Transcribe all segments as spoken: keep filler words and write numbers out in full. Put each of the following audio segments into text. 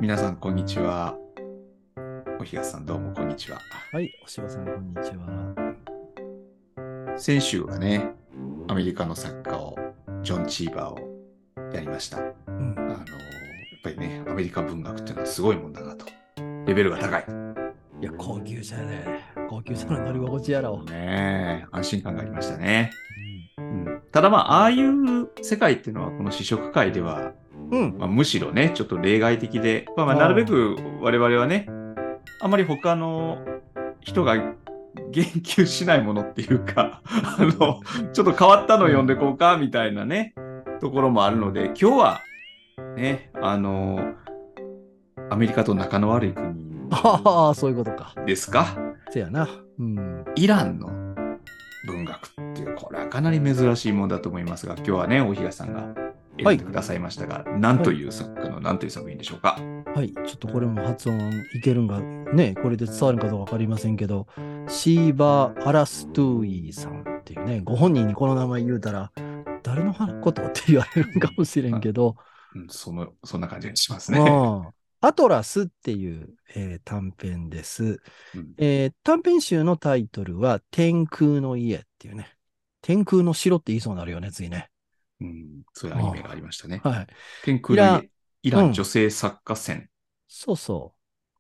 皆さん、こんにちは。お東さん、どうも、こんにちは。 はい、おしばさん、こんにちは。 先週はね、アメリカの作家を、ジョン・チーバーをやりました。あうん。 の、やっぱりね、アメリカ文学っていうのはすごいもんだなと。レベルが高い。 いや、高級車やで。高級車の乗り心地やろ。 ねえ、安心感がありましたね。 うん。 うん、ただまあ、ああいう世界っていうのは、この試食会では、 うん。 まあ、むしろね、ちょっと例外的で、まあ、まあなるべあく我々はね、あまり他の人が言及しないものっていうか、あの、ちょっと変わったのを読んでこうか、みたいなね、ところもあるので、今日はね、あの、アメリカと仲の悪い国あ。ああ、そういうことか。 ですか？ せやな。うん。 イランの文学っていう、これはかなり珍しいものだと思いますが、今日はね、大東さんが選はい。 んでくださいましたが、何はい。 という作家の何という作品でしょうか？ はい。ちょっとこれも発音いけるんか、ね、これで伝わるかどうかわかりませんけど、シーバー・アラストゥーイさんっていうね、ご本人にこの名前言うたら、誰のことって言われるかもしれんけど、 うん、その、そんな感じがしますね。 ああ、アトラスっていう、えー短編です。 うん、 えー短編集のタイトルは天空の家っていうね。天空の城って言いそうになるよね、次ね。 うん、そういうアニメがありあましたね。 あ、はい。 天イラン、 空の家、イラン女うん、 性作家選。 そうそう。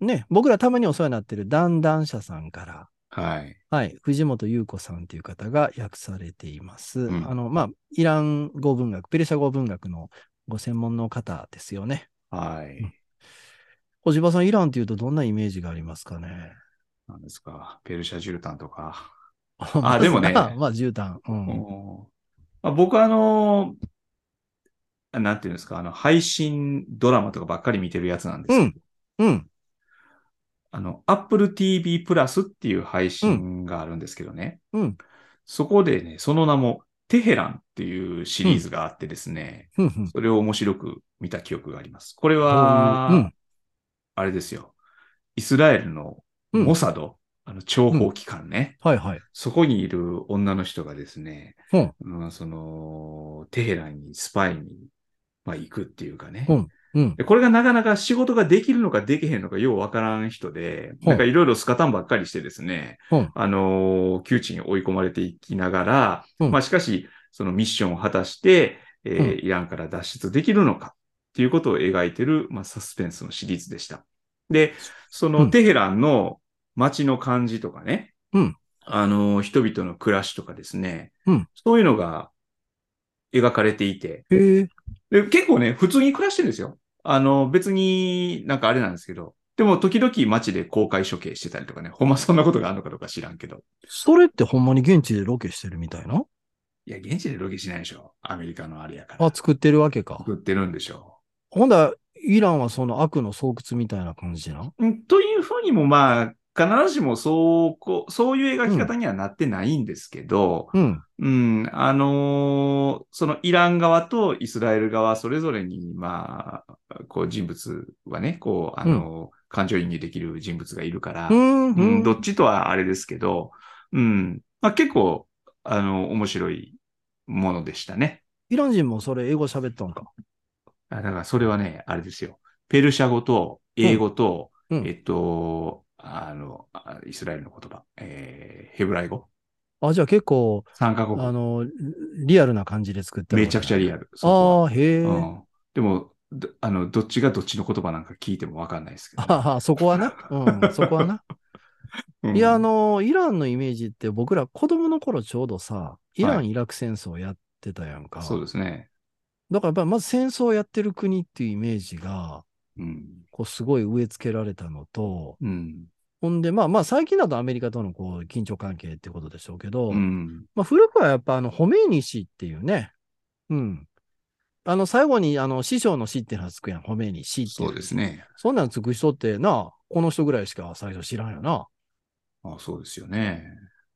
ね、僕らたまにお世話になってる談談社さんから、 はい。 はい、藤本優子さんという方が訳されています。 うん。 あの、まあ、イラン語文学、ペルシャ語文学のご専門の方ですよね。うん。 はい。 小島さん、イランっていうとどんなイメージがありますかね。 なんですか。ペルシャ絨毯とか。あ、 までずな、 もね、 まあ、絨毯。ううん。 ん、まあ、僕はあの、なんていうんですか、あの、配信ドラマとかばっかり見てるやつなんですうん。 けど、 うん。 あの、Apple ティーブイ プラスっていう配うん。 信があるんですけどね、 うん。 そこでね、その名もテヘランっていうシうん。 リーズがあってですね、 うん。うん。 それを面白く見た記憶があります。これどういう、うは、 ん。 あれですよ。イスラエルのうん。 モサド、あの、諜うん。 報機関ね。 はいはい。 そこにいる女の人がですね、 うん。 うん、その、テヘランにスパイに、まあ、行くっていうかね。 うん。うん。 でこれがなかなか仕事ができるのかできへんのかようわからん人で、 うん。 なんかいろいろスカタンばっかりしてですね、 うん。 あのー窮地に追い込まれていきながら、 うん。 まあしかし、そのミッションを果たして、えーイランから脱出できるのかっていうことを描いている、まあ、サスペンスのシリーズでした。で、そうん。 のテヘランの街の感じとかね、 うん。 あのー人々の暮らしとかですね、 うん。 そういうのが描かれていて、 へえ。 で、結構ね、普通に暮らしてるんですよ。あの、別になんかあれなんですけど、でも時々街で公開処刑してたりとかね、ほんまそんなことがあるのかどうか知らんけど。 それってほんまに現地でロケしてるみたいな。 いや、現地でロケしないでしょ。アメリカのあれやかあ、 ら。 作ってるわけか。 作ってるんでしょほんだら、イランはその悪の巣窟みたいな感じな。 う。んというふうにもまあ、必ずしもそう、こう、そういう描うん。 き方にはなってないんですけど、 うん。 うん、あのーそのイラン側とイスラエル側それぞれに、まあ、こう人物はね、こう、あうん。 のー感情移入できる人物がいるから、 うん。 うん、 うん。 どっちとはあれですけど、うん、まあ結構、あの、面白いものでしたね。 イラン人もそれ英語喋ったんか。 あだからそれはね、あれですよ。ペルシャ語と英うん。 語と、 うん。 えっと、あの、あイスラエルの言葉、えーヘブライ語。 あ、じゃあ結構、 さんカ国語。 あの、リアルな感じで作ってるめちゃわけなんや。 くちゃリアル、そこは。 ああ、へえ。 うん。でも、どあの、どっちがどっちの言葉なんか聞いてもわかんないですけどね。 ああ、そこはな。うん、そこはな。いや、あうん。 の、イランのイメージって僕ら子供の頃ちょうどさ、イラン・はい。 イラク戦争やってたやんそうか。 ですね。 だからやっぱりまず戦争をやってる国っていうイメージが、 うん。 こうすごい植え付けられたのと、 うん。 ほんで、まあまあ最近だとアメリカとのこう緊張関係ってことでしょうけうど、 ん。 まあ古くはやっぱあの、ホメイニ師っていうね、うん。あの、最後にあの、師匠の師っていうのはつくやん、ホメイニ師っていそううふうに。 ですね。 そんなんつく人ってな、この人ぐらいしか最初知らんよな。 あ、そうですよね。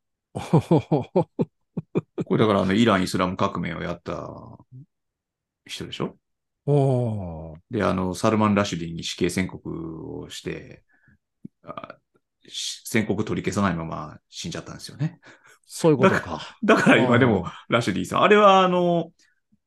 これだからあの、イラン・イスラム革命をやった人でしょ？ おー、 で、あの、サルマン・ラシュディに死刑宣告をして、あ宣告取り消さないまま死んじゃったんですよね。 そういうこだから、 とか。 だから今でも、 ああ、 ラシュディさん、あれはあの、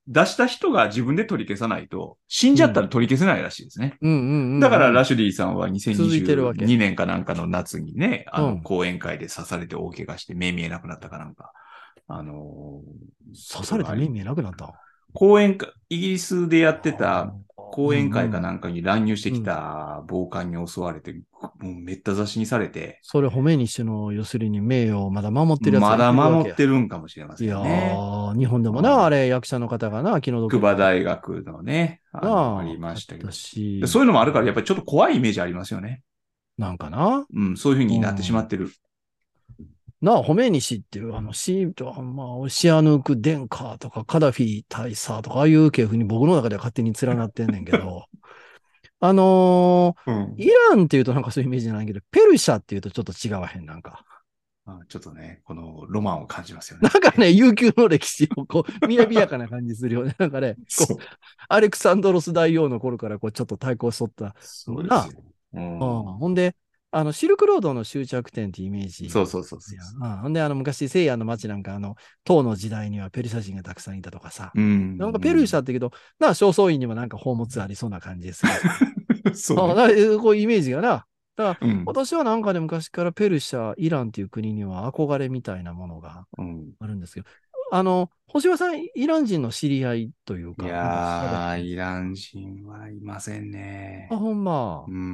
出した人が自分で取り消さないと、死んじゃったら取り消せないらしいですね。 うんうんうんうん。 だから、ラシュディさんは続いてるわけにせんにじゅうにねんかなんかの夏にね、あの、 うん講演会で刺されて大怪我して目見えなくなったかなんか、あのー刺されて目見えなくなった。 講演会、イギリスでやってた講演会かうんうんなんかに乱入してきた暴漢に襲われて、もうめった刺しにされて、 それ褒めにしての、要するに名誉をまだ守ってるやつがいまだてるわけや。 守ってるんかもしれませいやんね。 ー、日本でもな、 うんあれ、役者の方がな、気の毒筑波に大学のね、あの、あなりまあ、あったしたけど。でし、 そういうのもあるから、やっぱりちょっと怖いイメージありますよね。 なんかな。 うん、そういう風になってしまうんってる。 なあ、ホメイニ師っていう、あの、シーと、まあ、シアヌーク・デンカーとか、カダフィ大佐とか、ああいう系譜に僕の中では勝手に連なってんねんけど、あのーうんイランっていうとなんかそういうイメージじゃないけど、ペルシャっていうとちょっと違わへん、なんか。 あちょっとね、このロマンを感じますよね。 なんかね、悠久の歴史をこう、みやびやかな感じするよね。なんかね、こそうう、アレクサンドロス大王の頃からこう、ちょっと対抗しとったな。 そうですよ。ううん、 ん。 ほんで、あの、シルクロードの終着点っていうイメージ。 そうそうそうそういやうん、ほんで、あの、昔、西安の町なんか、あの、唐の時代にはペルシャ人がたくさんいたとかさ。 うん。 なんかペルシャって言うけど、な、正倉院にもなんか宝物ありそうな感じでする。 うんそうね。 あだからこういうイメージがな。だから、 うん。 私はなんかで昔からペルシャ、イランっていう国には憧れみたいなものがうん。 あるんですけど、あの、星葉さん、イラン人の知り合いといういか、なんかやー、 喋イラン人はいませんあ、 ね。 ほんま。 うん。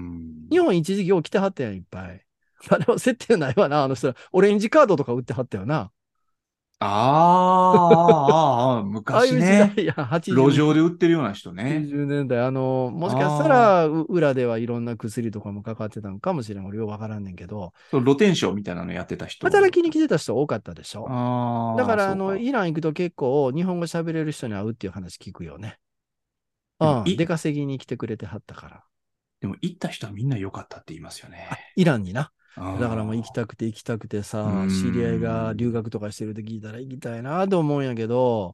日本一時期よう来てはったやん、いっぱい。あれは接点ないわな、あの人ら。オレンジカードとか売ってはったよな。 あーあー、あーあー、 ああいう時代昔ね。 やん、80 路上年、 で売ってるような人ね。 きゅうじゅうねんだい。あの、もしかしたああ、 ら、う裏ではいろんな薬とかもかかってたんかもしれん。俺ようわからんねんけど、 そう露天商みたいなのやってた人。 働きに来てた人多かったでしょ。だああ、 から、あの、 そうか。 イラン行くと結構日本語喋れる人に会うっていう話聞くよね。 でも、 うん、出い、 稼ぎに来てくれてはったから。 でも行った人はみんな良かったって言いますよあ、 ね。 イランにな。だからもう行きああ、 たくて行きたくてうーさ、知り合いが留ん。 学とかしてるって聞いたら行きたいなと思うんやけど、 うん。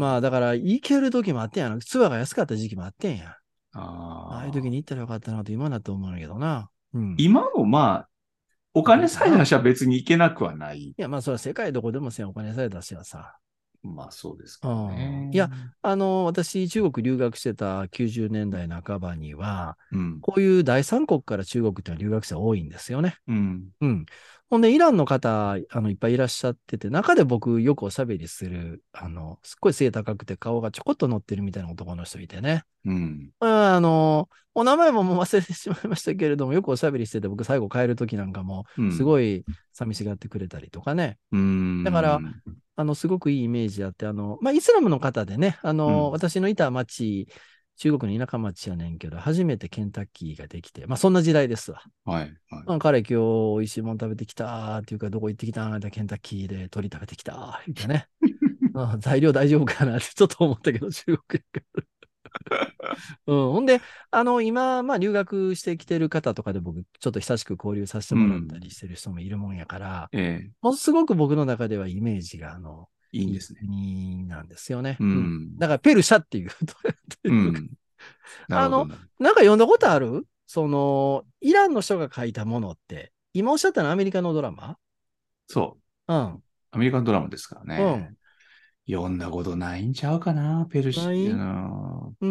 まあだから行ける時もあってんやな。ツアーが安かった時期もあってんや。ああいう時ああ。 に行ったらよかったなと今なって思うんやけどな。うん。 今もまあ、お行け金るかな。 さえ出しゃ別に行けなくはない。 いや、まあそれは世界どこでもせんお金さえ出しはさ。 まあそうですけうどん。いね。 や、あの、私、中国留学してたきゅうじゅうねんだいなかばには、 うん。 こういう第三国から中国っていうのは留学生多いんですよね。 うん。 うん。ほんで、イランの方、あの、いっぱいいらっしゃってて、中で僕よくおしゃべりする、あの、すっごい背高くて顔がちょこっと乗ってるみたいな男の人いてね。 うん。 あの、お名前ももう忘れてしまいましたけれども、よくおしゃべりしてて、僕最後帰るときなんかも、 うん。 すごい寂しがってくれたりとかね。 うだから、 ん。 あの、すごくいいイメージあって、あの、まあ、イスラムの方でね、あの、 うん。 私のいた町、中国の田舎町やねんけど、初めてケンタッキーができて、まあ、そんな時代ですわ。 はい。はい。 うん、彼今日美味しいもの食べてきたっていうか、どこ行ってきたんだケンタッキーで鶏食べてきたみたいなね。うん、材料大丈夫かなってちょっと思ったけど、中国やから。うん、ほんで、あの、今、まあ、留学してきてる方とかで僕、ちょっと親しく交流させてもらったりしてる人もいるもんやから、 ええ、 ものすごく僕の中ではイメージが、あの、いいいいんですね。 国なんですよね。 ううん。 ん。 だから、ペルシャっていううん。なるほどあの、 な。 なんか読んだことあるその、イランの人が書いたものって、今おっしゃったのはアメリカのドラマそう。 うん。 アメリカンドラマですからね。 うん。 読んだことないんちゃうかな、ペルシ、あないのうん。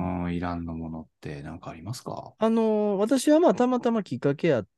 うん、イランのものってなんかありますか？ あの、私はまあ、たまたまきっかけあって、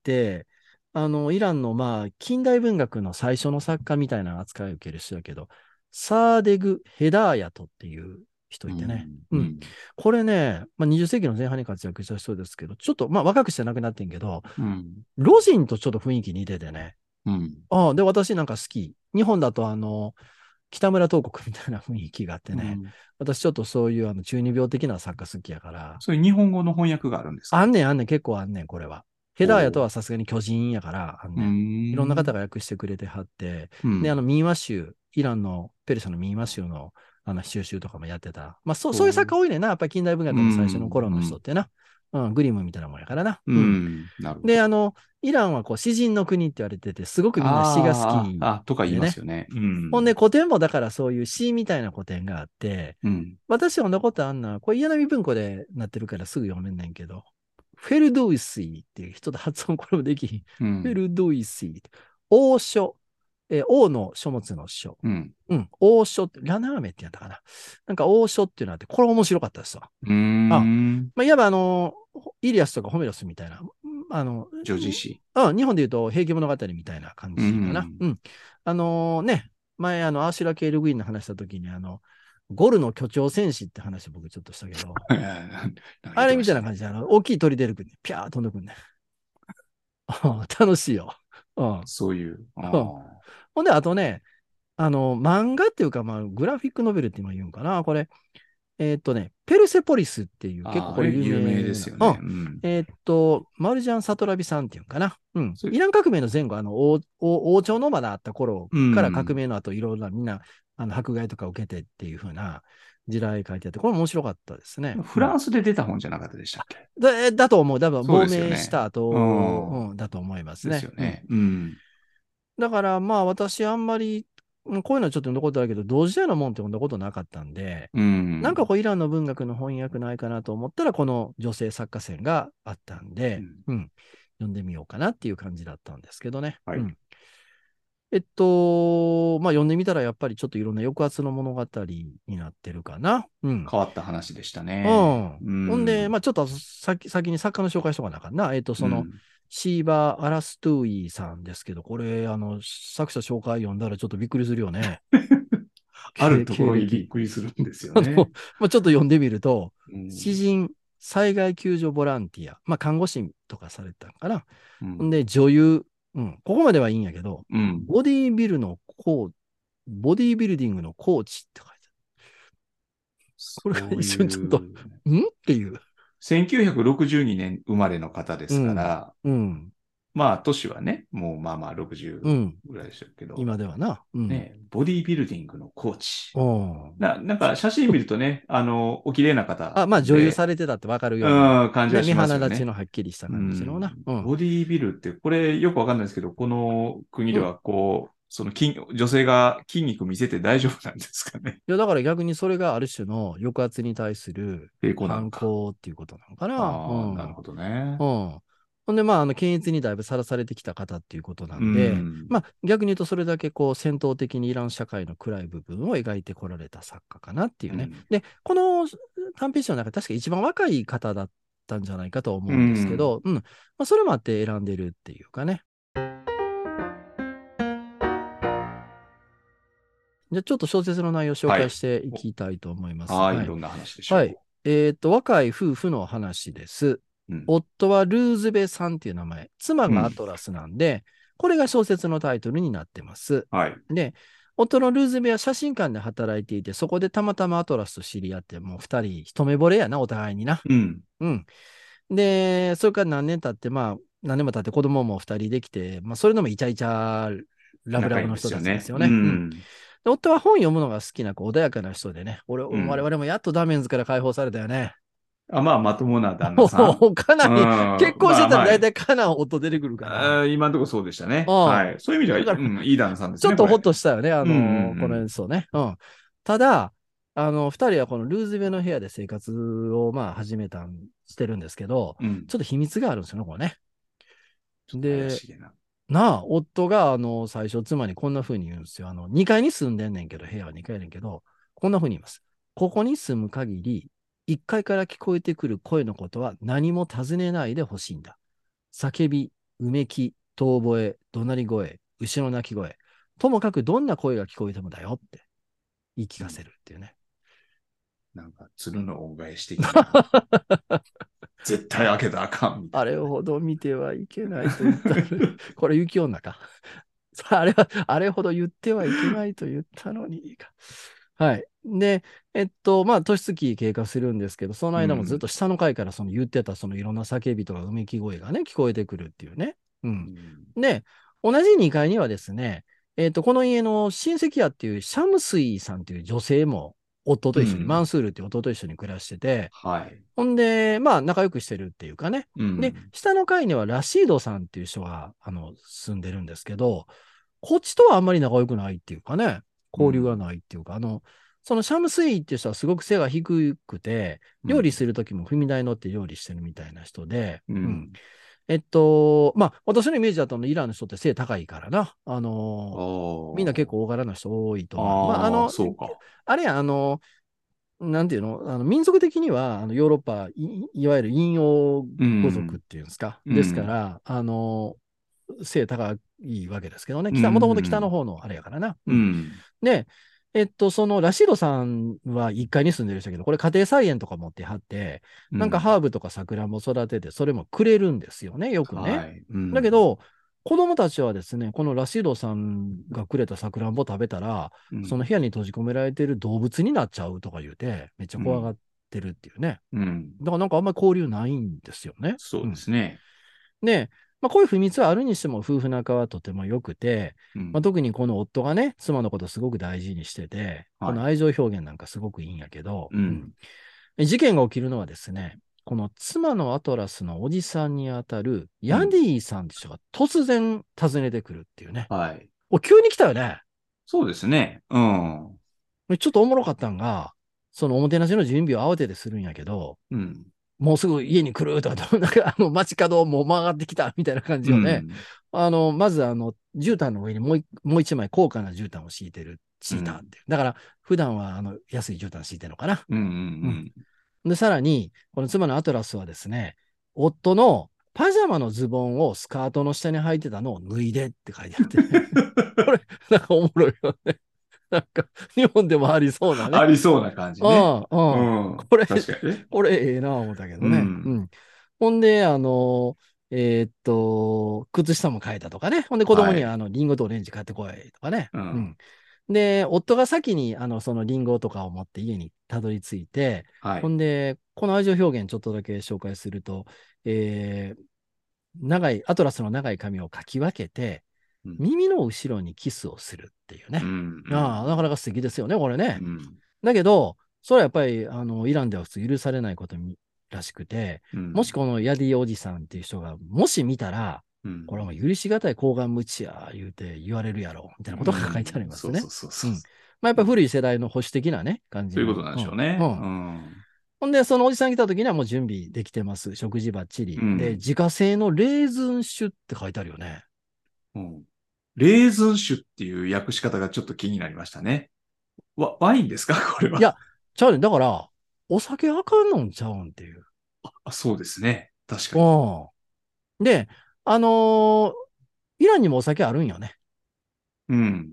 あの、イランのまあ、近代文学の最初の作家みたいな扱いを受ける人だけど、サーデグ・ヘダーヤトっていう人ういてね。 ん。 うん。 うん。 これね、まあ、にじゅっ世紀の前半に活躍した人ですけど、ちょっとまあ、若くして亡くなってんけど、 うん。 ロジンとちょっと雰囲気似ててね。 うん。 ああ、で、私なんか好き。日本だとあの、北村東国みたいな雰囲気があってね。 うん。 私ちょっとそういうあの中二病的な作家好きやから。 そういう日本語の翻訳があるんですか？ あんねんあんねん、結構あんねん、これは。ヘダーヤとおーはさすがに巨人やからあんうーねん。いろんな方ん。 が訳してくれてはって、で、あうん。 の、民話集、イランのペルシャの民話集のあの収集とかもやってた。まあ、そう、そういう作おー家多いねんな。やっぱり近代文う学の最初のん。 頃の人うん。 ってな。うん、グリムみたいなもんやからな。 ううん。 ん。なるほで、 ど。 あの、イランはこう詩人の国って言われてて、すごくみんな詩が好ああ、 きあ、とか言いでね。 ますよね。うん。 ほんで古典もだからそういう詩みたいな古典があって、 うん。 私読んだことあんのは、これ岩波文庫でなってるからすぐ読めんねんけど、フェルドゥイシーっていう人と発音これもできひん。 うん。 フェルドゥイシー。王書。 えー王の書物の書。 うん。 うん。王書って、ラナーメってやったかな。なんか王書っていうのがあって、これ面白かったですわ。 うーん。 まあ、いわばあの、イリアスとかホメロスみたいな、あの、 女子誌。 うん、日本で言うと平家物語みたいな感うじかな。 ん。 うん。あのね、前、あの、アーシュラ・ケール・グイーンの話したときに、あの、ゴルの巨鳥戦士って話僕ちょっとしたけど、 なんか言あれってましたね。 みたいな感じで、あの、大きい鳥出てくるね。ピャー飛んでくるね。楽しいよ。うん。 そういう。あうんーほんで、あとね、あの、漫画っていうか、まあ、グラフィックノベルって今言うんかな。これ、えーっとね、ペルセポリスっていう、結構あー、えこれ有有名で名な。うすよね。 ん。 うん。 えーっと、マルジャン・サトラビさんっていうんかな。うん。 それイラン革命の前後、あの、王王王朝のまだあった頃うから革ん。 命の後、いろいろなみんな、あの、迫害とか受けてっていう風な時代書いてあって、これ面白かったですね。 フランスで出た本じゃなかったでしたっけ？ うん、だだと思う。多分、 そうで亡すよね。 命したう後、 ん。 うん、だと思いますですね。うん。 よね。うん。 だからまあ私あんまり、うんこういうのはちょっと読んだことあるけど、同時代のもんって読んだことなかったんで、 うん。 なんかこうイランの文学の翻訳ないかなと思ったら、この女性作家選があったんで、 うん。 うん、読んでみようかなっていう感じだったんですけどね。 はい。 うん。えっと、まあ読んでみたらやっぱりちょっといろんな抑圧の物語になってるかな。うん。 変わった話でしたうね。 ん。 うほんで、 ん。 まあちょっと先先に作家の紹介しとかなあかんな。えっと、その、 うん。 シーバー・アラストゥーイさんですけど、これ、あの、作者紹介読んだらちょっとびっくりするよね。 ある経ところにびっ経歴。 くりするんですよあの、 ね。 まあ、ちょっと読んでみると、 うん。 詩人、災害救助ボランティア、まあ、看護師とかされてたのかな。 うん。 ほんで、女優、うん、ここまではいいんやけど、 うん。 ボディービルのコー、ボディービルディングのコーチって書いてある。これがそう一瞬ちょっと、んいう、 っていう。 せんきゅうひゃくろくじゅうにねん生まれの方ですかうん、 ら、 うん、 まあ、年はね、もうまあまあろくじゅううん。 ぐらいでしたけど、 今ではな。うん。 ね、ボディービルディングのコーチ。 うん。 な、なんか写真見るとね、あの、お綺麗な方あ、まあ女優さで、 れてたってわかるような。 うん、感じね、 はし目鼻ますよね。 立ちのはっきりしたう感じのな。 ん。 うん。 ボディービルって、これよくわかんないですけど、この国うん。 ではこう、その筋、女性が筋肉見せて大丈夫なんですかね。 いや、だから逆にそれがある種の抑圧に対する抵抗なの反か。 抗っていうことなのかな。うああ、なるん。 ほどね。 うん。ほんで、まあ、あの、検閲にだいぶさらされてきた方っていうことなうんで、 ん。 まあ、逆に言うとそれだけこう、戦闘的にイラン社会の暗い部分を描いてこられた作家かなっていうね。 うん。 で、この短編集の中で確か一番若い方だったんじゃないかと思ううんですけん。 ど、うん。まあ、それもあって選んでるっていうかね。じゃあちょっと小説の内容を紹はい。 介していおきたいと思います。 はい。 はい。 どんな話でしはい。 ょえっと、若い夫婦の話です。 う。うん。 夫はルーズベさんっていう名前、妻うん。 がアトラスなんで、これが小説のタイトルになってます。 はい。 で、夫のルーズベは写真館で働いていて、そこでたまたまアトラスと知り合って、もう二人一目惚れやな、お互いにな。 うん。 うん。で、それから何年経って、まあ、何年も経って子供も二人できて、まあ、それでもイチャイチャラブラ仲いいんブの人たちでですよね。うすよね。うん。 ん。 で夫は本読むのが好きな、こう穏やかな人でね、俺、我うん。 々もやっとダメンズから解放されたよね。 あ、まあ、まともな旦那さん。 もうかなうん。 り、結婚してたらまあまあ、 大体かな音出てくるから。 あー今のところそうでしたね。 うん。 はい。そういう意味では、 だから、 うん、いい旦那さんですね、 ちょっとほっこれ。 としたよね、あうんうのこのん演奏ね。うん。ただ、あの、二人はこのルーズベの部屋で生活を、まあ、始めたん、してるんですけど、 うん。うん。 ちょっと秘密があるんですよね、これね。 ちょっと怪で、 しげな。 なあ、夫が、あの、最初、妻にこんな風に言うんですよ。あの、にかいに住んでんねんけど、部屋はにかいやねんけど、こんな風に言います。ここに住む限り、いっかいから聞こえてくる声のことは何も尋ねないでほしいんだ。叫び、うめき、遠吠え、怒鳴り声、牛の鳴き声、ともかくどんな声が聞こえてもだよって言い聞かせるっていうね。 なんか、鶴の恩返し的な、絶対開けたらあかんみたいあれほど見てはいけないと言ったのに、これ雪女か。あれは、あれほど言ってはいけないと言ったのにか。はい。で、えっと、まあ、年月経過するんですけど、そのな。う間もずっん。 と下の階からその言ってたそのいろんな叫びとかうめき声がね、聞こえてくるっていうね。ううん。 ん。 で、同じにかいにはですね、えっと、この家の親戚やっていうシャムスイさんっていう女性も夫と一緒に、マンうん。 スールっていう夫と一緒に暮らしてて、 はい。 ほんで、まあ、仲良くしてるっていうかね。で、 うん。 下の階にはラシードさんっていう人が、あの、住んでるんですけど、こっちとはあんまり仲良くないっていうかね、交流がうん。 ないっていうか、あの、そのシャムスイっていう人はすごく背が低くて、料理うん。 するときも踏み台乗って料理してるみたいな人で、うん。 うん。 えっと、まあ、私のイメージだとイランの人って背高いからな。あのおーみんな結構大柄な人多いと思う。まあ、あああ、 の、 そうか。 あれや、あの、なんていうの、あの民族的にはあのヨーロッパい、いわゆる陰陽う語族っん。 ていうんですか。ですかうん。 ら、あの、背高いわけですけどね。 う北、もともと北のん。 方のあれやからな。ううん。 ん。 で、えっと、そのラシードさんはいっかいに住んでる人だけど、これ家庭菜園とか持ってはって、なんかうん。 ハーブとか桜も育てて、それもくれるんですよね、よくね。 はい。うん。 だけど、子供たちはですね、このラシードさんがくれたさくらんぼ食べたら、 うん。 その部屋に閉じ込められている動物になっちゃうとか言うて、めっちゃうん。 怖がってるっていうね。 うん。 だからなんかあんまり交流ないんですよね。 そううん。 ですね。 で、まあ、こういう秘密はあるにしても夫婦仲はとても良くて、まあ、 うん。 特にこの夫がね、妻のことをすごく大事にしてて、こはい。 の愛情表現なんかすごくいいんやけど、うん。 うん。 事件が起きるのはですね、この妻のアトラスのおじさんにあたるヤデうん。 ィさんって人が突然訪ねてくるっていうね。 はい。 お、急に来たよね。 そうですね。うん。 ちょっとおもろかったんが、そのおもてなしの準備を慌ててするんやけど、 うん。 もうすぐ家に来るとか、なんかあの街角をもう曲がってきたみたいな感じをね、 うん。 あの、まずあの、絨毯の上にもう一もう一枚高価な絨毯を敷いてる、敷いたっうん。 ていう。だから、普段はあの、安い絨毯敷いてるのかな。 うん。ううん。 ん。 で、さらに、この妻のアトラスはですね、夫のパジャマのズボンをスカートの下に履いてたのを脱いでって書いてあってね。これ、なんかおもろいよね。なんか、日本でもありそうなね。 ありそうな感じね。 ああ、 うああ。 ん。 これ、 確かにね。 これええな思ったけどうね。うん。 ん。ほんで、あの、えーっと、靴下も変えたとかね。ほんで、子供には、あはい。 の、リンゴとオレンジ買ってこいとかね。 うん。 うん。で、夫が先に、あの、そのリンゴとかを持って家にたどり着いて、 はい。 ほんで、この愛情表現ちょっとだけ紹介すると、えー長い、アトラスの長い髪をかき分けて、 うん。 耳の後ろにキスをするっていうね。 うん。うああ、なかなん。 か素敵ですよね、これね。 うん。 だけど、それはやっぱり、あの、イランでは普通許されないことらしくて、 うん。 もしこのヤディおじさんっていう人が、もし見たら、 うん。 これはもう許しがたい抗がん無知や言うて言われるやろ、みたいなことが書いてありますね。 そうそうそううん。 そう。 まあ、やっぱうん。 古い世代の保守的なね、感じの。 ということなんでうん。 しょうね。ううん。 ん。 ほんで、そのおじさん来た時にはもう準備できてます。食事ばっちり。で、 うん。 自家製のレーズン酒って書いてあるよね。 うん。レーズン酒っていう訳し方がちょっと気になりましたね。わ、ワインですかこれは。 いや、ちゃうね。だから、お酒あかんのんちゃうんっていう。 あ、そうですね。確かに。 うん。で、あのーイランにもお酒あるんよね。 うん。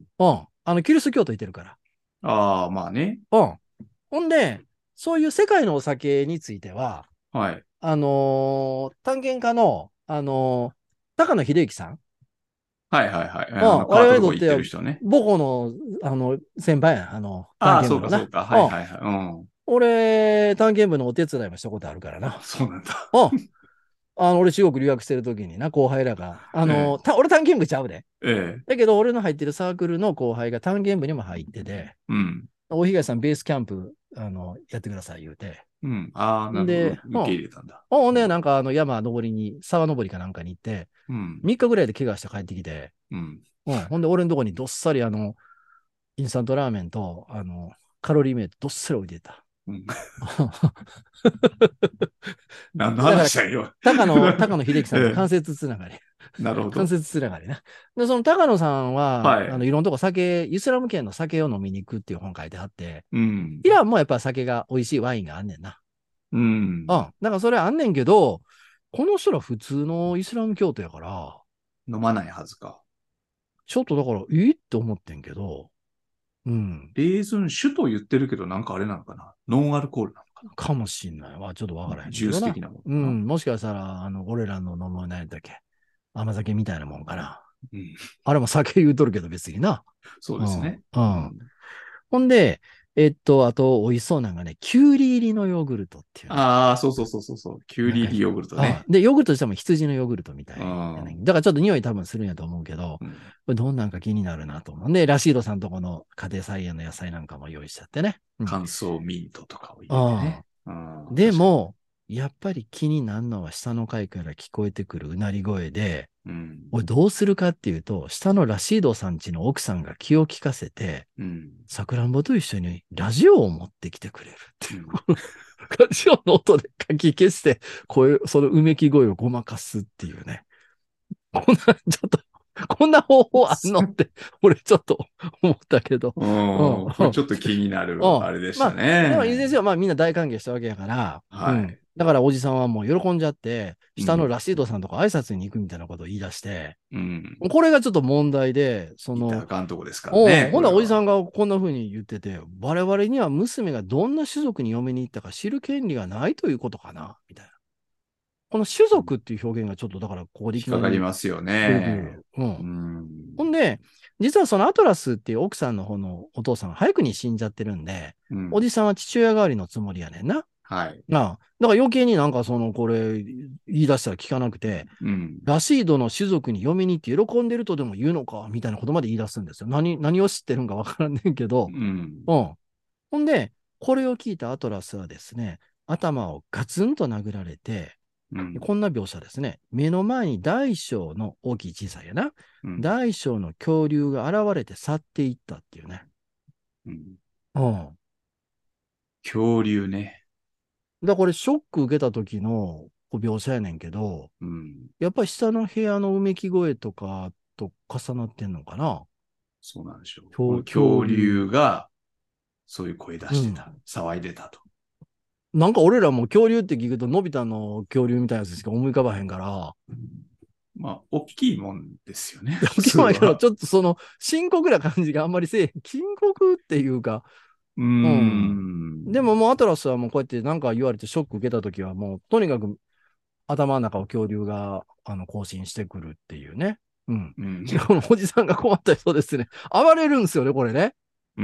うん。あの、キリスト教徒いてるかああ、まあね。 ら。うん。ほんで、そういう世界のお酒については、 はい。 あのー探検家の、あのー高野秀幸さん。 はいはいはい。 うん。 あの、 我川ととこ行っ 々にとっては、 てる人ね。 母校の、あの、先輩やん。あの、探ああ、 検部のな。 そうかそうか。 うん。 はいはいはい。うん。 俺、探検部のお手伝いもしたことあるからあ、 な。 そうなんだ。 うん。あの、俺中国留学してる時にな、後輩らが。あの、 えた俺探検部ちゃうで。 え、ええ、 だけど、俺の入ってるサークルの後輩が探検部にも入ってて、 うん、 大東さんベースキャンプ、あの、やってください言うて。 うん。ああ、なるほど。 んで、うん。 受け入れたんだ。 ほんで、 うん、 なんかあの山登りに、沢登りかなんかに行って、 うん、 みっかぐらいで怪我して帰ってきて、 うん。 うん。ほんで、俺のとこにどっさりあの、インスタントラーメンと、あの、カロリーメイトどっさり置いてた。 うん。何のだから、 話だよ。 高野、高野秀樹さんと間ええ、 接つながり。 なるほど。 間接つながりな。で、その高野さんは、あの、 はい。 いろんなとこ酒、イスラム圏の酒を飲みに行くっていう本書いてあって、 うん、 イランもやっぱ酒が美味しいワインがあんねんな。 うん。 うん。だからそれあんねんけど、この人ら普通のイスラム教徒やから、 飲まないはずか。 ちょっとだから、いいって思ってんけど、うん。 レーズン酒と言ってるけど、なんかあれなのかな。ノンアルコールなのかかもしんないわ。ちょっとわからへな。 んねんけどな。 ジュース的なものかな。 うん。もしかしたら、あの、俺らの飲む、何やったっけ。甘酒みたいなもんかな。 うん。 あれも酒言うとるけど別にな。 そううん。うですね。うん。 ん。 ほんで、えっと、あと、美味しそうなのがね、キュウリ入りのヨーグルトっていうね。 ああ、そうそうそうそうそう。キュウなんか、 リ入りヨーグルトね。 あで、ヨーグルトとしても羊のヨーグルトみたういやね。 ん。 だからちょっと匂い多分するんやと思うけど、 うん。 これどんなんか気になるなと思う。で、ラシードさんとこの家庭菜園の野菜なんかも用意しちゃってね。うん。 乾燥ミントとかを入れてああ。 ね。うん。確かに。 でも、やっぱり気になるのは下の階から聞こえてくるうなり声で、 うん。 俺どうするかっていうと、下のラシードさんちの奥さんが気を利かせて、 うん。 さくらんぼと一緒にラジオを持ってきてくれるっていう。 うん。 カシオの音で書き消して、声、そのうめき声をごまかすっていうね。こんな、ちょっと、こんな方法あんのって、俺ちょっと思ったけど。 ううん。 ん、これちょっと気になる、 うん。 あれでしたまあ、でもいずれにせね。 よ、まあみんな大歓迎したわけやから、うん。 はい。 だからおじさんはもう喜んじゃって、下のうん。 ラシードさんとか挨拶に行くみたいなことを言い出して、 うん。 これがちょっと問題で、そいたらの、 あかんとこですからおうね、 ほんならおじさこれは。 んがこんな風に言ってて、我々には娘がどんな種族に嫁に行ったか知る権利がないということかな、みたいな。この種族っていう表現がちょっとだからここでいきなり引っかかりますよ出てくるね。 よ。ううん。ほん。 んで、実はそのアトラスっていう奥さんの方のお父さんは早くに死んじゃってるんで、 うん。 おじさんは父親代わりのつもりやねんな。 はい。 なあ。だから余計になんかその、これ、言い出したら聞かなくて、 うん。 ラシードの種族に嫁に行って喜んでるとでも言うのか、みたいなことまで言い出すんですよ。何、何を知ってるんかわからんねんけど、 うん。 うん。ほんで、これを聞いたアトラスはですね、頭をガツンと殴られて、 うん。 こんな描写ですね。目の前に大小の大きい小さいやな。 うん。 大小の恐竜が現れて去っていったっていうね。 うん。 うん。 恐竜ね。 だからこれショック受けた時のこう描写やねんけど、 うん。 やっぱり下の部屋のうめき声とかと重なってんのかな。 そうなんでしょう。この恐恐恐竜。 竜が、そういう声出うん。 してた。騒いでたと。 なんか俺らも恐竜って聞くと、のび太の恐竜みたいなやつしか思い浮かばへんから、 まあ、大きいもんですよね、普沖縄やけど、 通は。 ちょっとその深刻な感じがあんまりせえへん。深刻っていうか、 うーうん。でん。 ももうアトラスはもうこうやって何か言われてショック受けたときはもうとにかく頭の中を恐竜があの更新してくるっていうね。うん。 うん。 このおじさんが困った人ですね。暴れるんですよね、これね。 うん。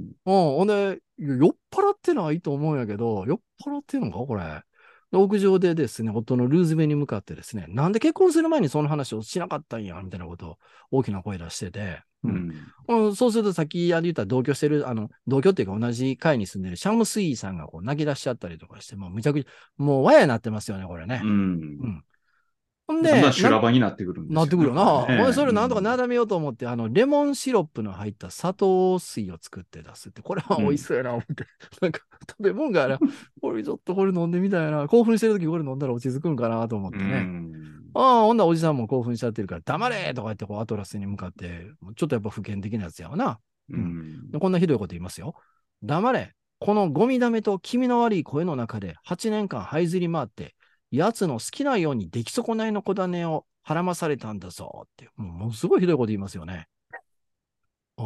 うん。ほんで、酔っ払ってないと思うんやけど、酔っ払ってんのかこれ。で屋上でですね、夫のルーズベに向かってですね、なんで結婚する前にその話をしなかったんや、みたいなことを大きな声出してて、うん。 うん。 うん、そうするとさっき言った同居してる、あの、同居っていうか同じ階に住んでるシャムスイーさんがこう泣き出しちゃったりとかして、もうむちゃくちゃ、もうわやになってますよね、これうね。うん。 ん。ほんだんだんで、なん、 修羅場になってくるんでなってくすよね、これるよな。ほんで、 ね。 それなんとかうん。 なだめようと思って、あの、レモンシロップの入った砂糖水を作って出すって、これは美味しうん。 そうやな、思って。なんか、食べ物があら、これちょっとこれ飲んでみたいな。興奮してるときこれ飲んだら落ち着くんかなと思っうてね。 ん。 ああ、ほんならおじさんも興奮しちゃってるから、黙れとか言って、こう、アトラスに向かって、ちょっとやっぱ普遍的なやつやわな。 ううん。 ん。 でこんなひどいこと言いますよ。黙れ。このゴミ溜めと気味の悪い声の中ではちねんかん這いずり回って、奴の好きなように出来損ないの小種をはらまされたんだぞって、もうものすごいひどいこと言いますよね。うん。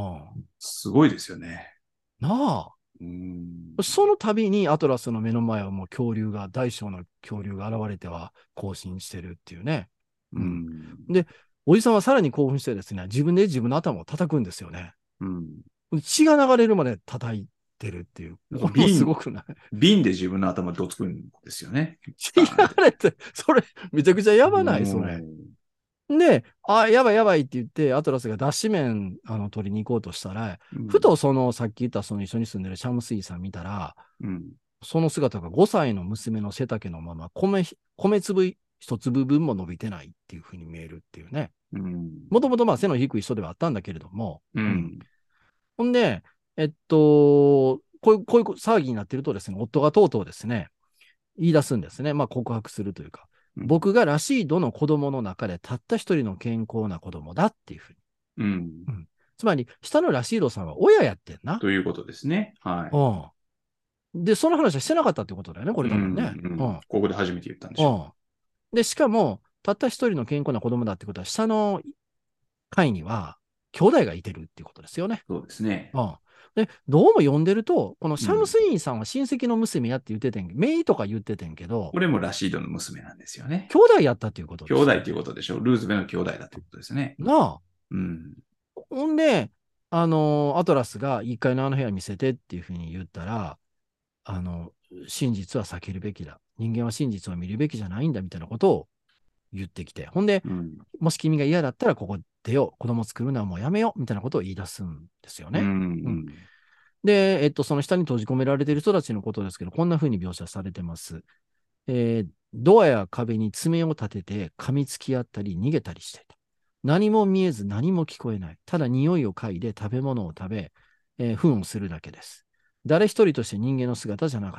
すごいですよね。 なうん。 あ。その度にアトラスの目の前はもう恐竜が、大小の恐竜が現れては行進してるっていうね。 ううん。 ん。 で、おじさんはさらに興奮してですね、自分で自分の頭を叩くんですよね。 うん。 血が流れるまで叩いてるっていう。これもすご瓶、 くない？ 瓶で自分の頭どつくんですよね。 血バーンって。 流れて、それ、めちゃくちゃやばない、それ。 うんで、あ、やばいやばいって言って、アトラスが脱脂麺あの取りに行こうとしたら、 うんふとそのさっき言ったその一緒に住んでるシャムスイさん見たら、 うんその姿がごさいの娘の背丈のまま米、米粒一粒分も伸びてないっていう風に見えるっていうね。 うんもともとまあ背の低い人ではあったんだけれども、うん。 うんほんで、えっと、こういう、こういう騒ぎになっているとですね、夫がとうとうですね、言い出すんですね。まあ告白するというか、 うん僕がラシードの子供の中でたった一人の健康な子供だっていうふうに。 うんうん、つまり、下のラシードさんは親やってんな。 ということですね。はい。 うん。で、その話はしてなかったってことだよね、これうん多分ね。 うん。 うん。 ここで初めて言ったんでしょうん。で、しかも、たった一人の健康な子供だってことは、下の階には兄弟がいてるっていうことですよね。 う。そうですね。 うん。で、どうも読んでると、このシャムうん。 スインさんは親戚の娘やって言っててんけど、メイとか言っててんけど、 これもラシードの娘なんですよね。 兄弟やったっていうことですよね。 兄弟ということでしょう。ルーズベの兄弟だということですね。 なあ。 うん。 ほんで、あの、アトラスがいっかいのあの部屋見せてっていうふうに言ったら、あの、真実は避けるべきだ。人間は真実を見るべきじゃないんだみたいなことを言ってきて。ほんで、 うん。 もし君が嫌だったらここ出よう。子供作るのはもうやめよう。みたいなことを言い出すんですようね。うん。 ん。 で、えっと、その下に閉じ込められている人たちのことですけど、こんな風に描写されてます。えードアや壁に爪を立てて噛みつき合ったり逃げたりしていた。何も見えず何も聞こえない。ただ匂いを嗅いで食べ物を食べ、えー、糞をするだけです。誰一人として人間の姿じゃなかった。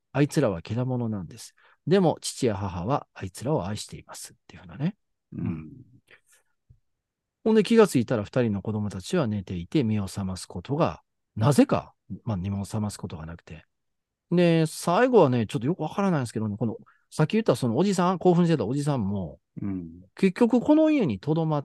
あいつらは獣なんです。でも、父や母はあいつらを愛していますっていうふうなね。 うん。 ほんで気がついたら二人の子供たちは寝ていて目を覚ますことが、なぜか、まあ、目を覚ますことがなくて。で、最後はね、ちょっとよくわからないんですけどね、この、さっき言ったそのおじさん、興奮してたおじさんも、 うん。 結局この家に留まって、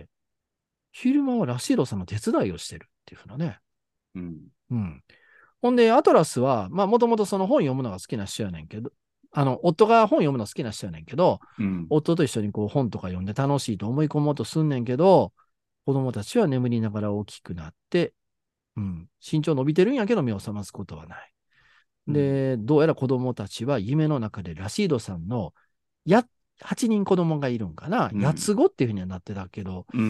昼間はラシードさんの手伝いをしてるっていうふうなね。 うん。 うん。ほんで、アトラスは、まあ、もともとその本読むのが好きな人やねんけど、あの、夫が本読むの好きな人やねんけど、 うん。 夫と一緒にこう本とか読んで楽しいと思い込もうとすんねんけど、子供たちは眠りながら大きくなって、うん、身長伸びてるんやけど目を覚ますことはない。で、どうやら子供たちは夢の中でラシードさんのや、はちにん子供がいるんかな。 うん。 八つ子っていうふうにはなってたけど、 うん。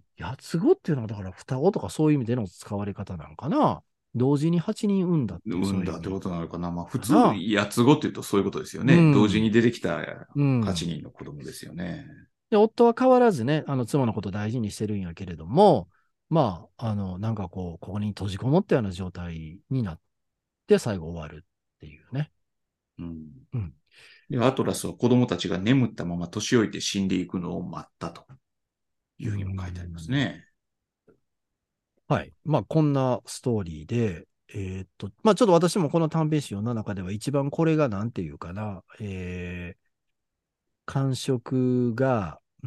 八つ子っていうのはだから双子とかそういう意味での使われ方なんかな。同時にはちにん産んだっていう産そういう意味んだってことなのかな。まあ、普通、 かな。 八つ子って言うとそういうことですようね。同時ん。 に出てきたうん。 はちにんの子供ですよね。 で、夫は変わらずね、あの、妻のことを大事にしてるんやけれども、まあ、あの、なんかこう、ここに閉じこもったような状態になって最後終わるっていうね。 うん。 うん。 で、アトラスは子供たちが眠ったまま年老いて死んでいくのを待ったといううふうにも書いてありますん。 ね。 はい。まあ、こんなストーリーで、えーっと、まあ、ちょっと私もこの短編集の中では一番これがなんていうかな、えー、感触が、うん、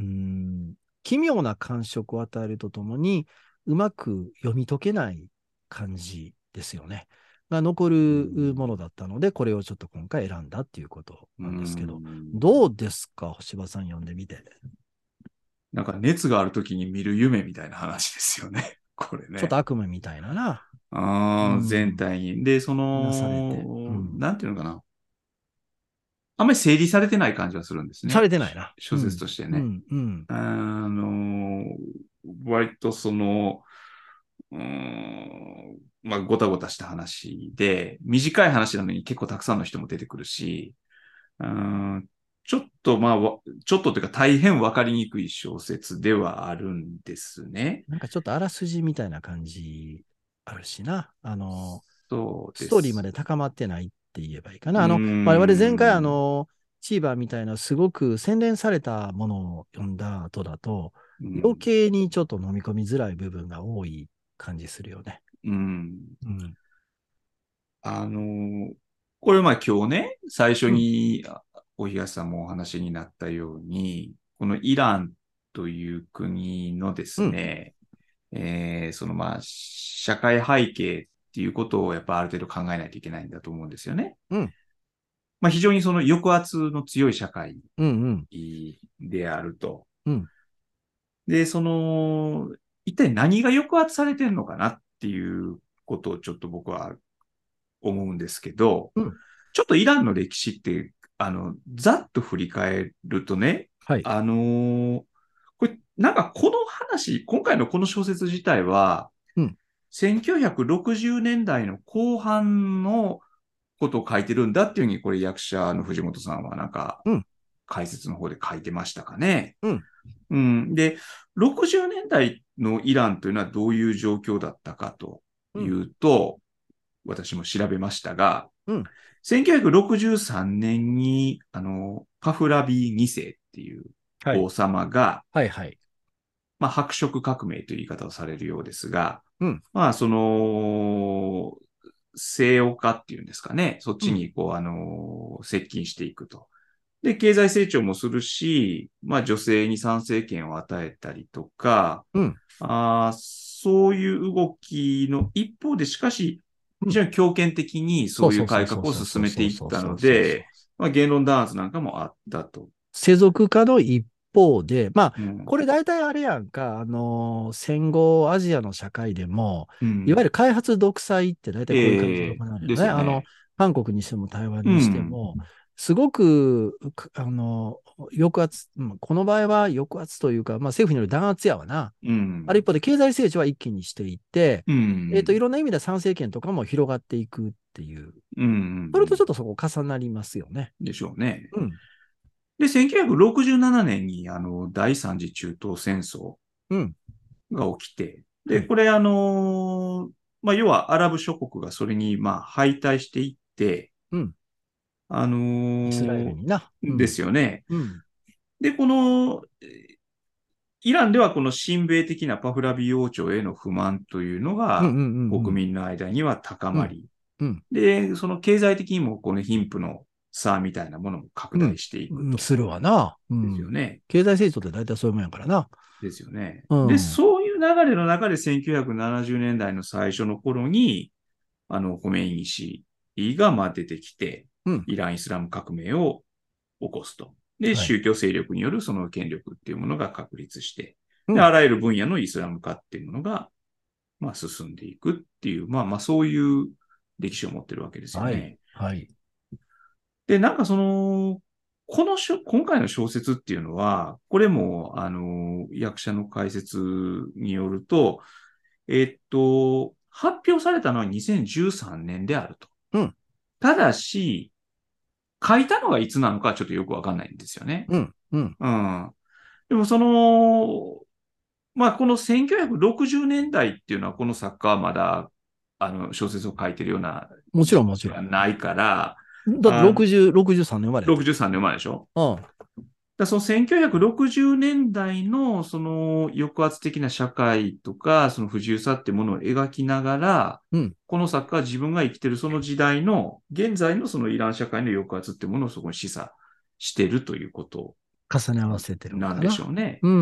奇妙な感触を与えるとともに、うまく読み解けない感じですよね。が残うるものん。 だったので、これをちょっと今回選んだっていうことうなんですけど、 ん。 どうですか、星葉さん読んでみて。 なんか熱があるときに見る夢みたいな話ですよね。これちょっとね。 悪夢みたいなな。うああ、全ん。 体に。で、そなされて。うの、 ん。 なんていうのかな。あんまり整理されてない感じがするんですさね。 れてないな。 小説うん。 としてね。 うん。うん。 あの、割とその、うーん、まあ、ごたごたした話で、短い話なのに結構たくさんの人も出てくるし、うーん、ちょっとまあ、わちょっとというか大変わかりにくい小説ではあるんですね。 なんかちょっとあらすじみたいな感じあるしな。あの、 そうストーリーまです。 で高まってないって言えばいいかうーな。あの、我々前回あん、 の、チーバーみたいなすごく洗練されたものを読んだ後だと、 うん、 余計にちょっと飲み込みづらい部分が多い感じするよね。 うん。 うん。 あの、これまあ今日ね、最初うん。 にあお東さんもお話になったように、このイランという国のでうん。 すね、えーそのまあ社会背景っていうことをやっぱある程度考えないといけないんだと思うんですよね。 うん。 まあ非常にその抑圧の強い社会うん。うん。 であると。 うん。 で、その、一体何が抑圧されてるのかなっていうことをちょっと僕は思うんですけど、 うん。 ちょっとイランの歴史って、あの、ざっと振り返るとね、 はい。 あのーこれ、なんかこの話、今回のこの小説自体は、 うん。 せんきゅうひゃくろくじゅうねんだいの後半のことを書いてるんだっていうふうに、これ役者の藤本さんはなんか、 うん。 解説の方で書いてましたかね。 うん。 うん。で、ろくじゅうねんだいのイランというのはどういう状況だったかというん。 うと、私も調べましたが、 うん。 せんきゅうひゃくろくじゅうさんねんに、あの、パフラビにせいっていうはい。 王様が、 はい。はい。 まあ、白色革命という言い方をされるようですが、 うん。 まあ、その、西欧化っていうんですかね、そっうん。 ちに、こう、あの、接近していくと。で、経済成長もするし、まあ、女性に参政権を与えたりとか、 うん。 あーそういう動きの一方で、しかし、 うん。 非常に強権的にそういうそうそうそう改革をそうそうそう進めてそうそういったのそうそうそう。 で、まあ、言論弾圧なんかもあったと。 世俗化の一方で、まあ、 うん。 これ大体あれやんか、あのー戦後アジアの社会でも、 うん。 いわゆる開発独裁って大体こういう感じでええ行われるよですね。あの、 よね。 韓国にしても台湾うにしてん。 も、すごく、くあの、抑圧、まあこの場合は抑圧というか、まあ政府による弾圧やわな。 うん。 ある一方で経済成長は一気にしていって、 うえっと、いん。 ろんな意味で参政権とかも広がっていくっていう。 うん。 それとちょっとそこ重なりますよね。 でしょうね。 うん。 で、せんきゅうひゃくろくじゅうななねんに、あの、第三次中東戦争うん。 が起きて、で、 はい。 これ、あの、まあ、要はアラブ諸国がそれに、まあ、敗退していって、 うん。 あのイスラエルーにな。うでん。 すよね。 うん。 で、この、イランではこの親米的なパフラビ王朝への不満というのがうんうんうんうん。 国民の間には高うん。 まり、 うん。 で、その経済的にもこの貧富の差みたいなものも拡うん。 大していくうん、 と。 するわな。うですよん。 ね。 経済成長って大体そういうもんやからな。 ですよね。で、 うん。 そういう流れの中でせんきゅうひゃくななじゅうねんだいの最初の頃に、あの、ホメイニ氏がまあ出てきて、 うん。 イラン・イスラム革命を起こすと。で、 はい。 宗教勢力によるその権力っていうものが確立して、で、あうん。 らゆる分野のイスラム化っていうものが、まあ、進んでいくっていう、まあまあ、そういう歴史を持ってるわけですよはい。 ね。 はい。 で、なんかその、このしょ、今回の小説っていうのは、これも、あの、役者の解説によると、えっと、発表されたのはにせんじゅうさんねんであると。 うん。 ただし、書いたのがいつなのかちょっとよくわかんないんですよね。 うん。うん。 うん。でもその、まあ、このせんきゅうひゃくろくじゅうねんだいっていうのは、この作家はまだ、あの、小説を書いてるようなもちろん、 時期もちろではないから、 ん。だってあ、 ろくじゅう、ろくじゅうさんねん生まれやったっ 63 け？ 年前でしょ？ うん。 だそのせんきゅうひゃくろくじゅうねんだいのその抑圧的な社会とか、その不自由さってものを描きながら、 うん。 この作家は自分が生きてるその時代の、現在のそのイラン社会の抑圧ってものをそこに示唆してるということ重ね合わせてるんなんでしょかな。 うね。 うん。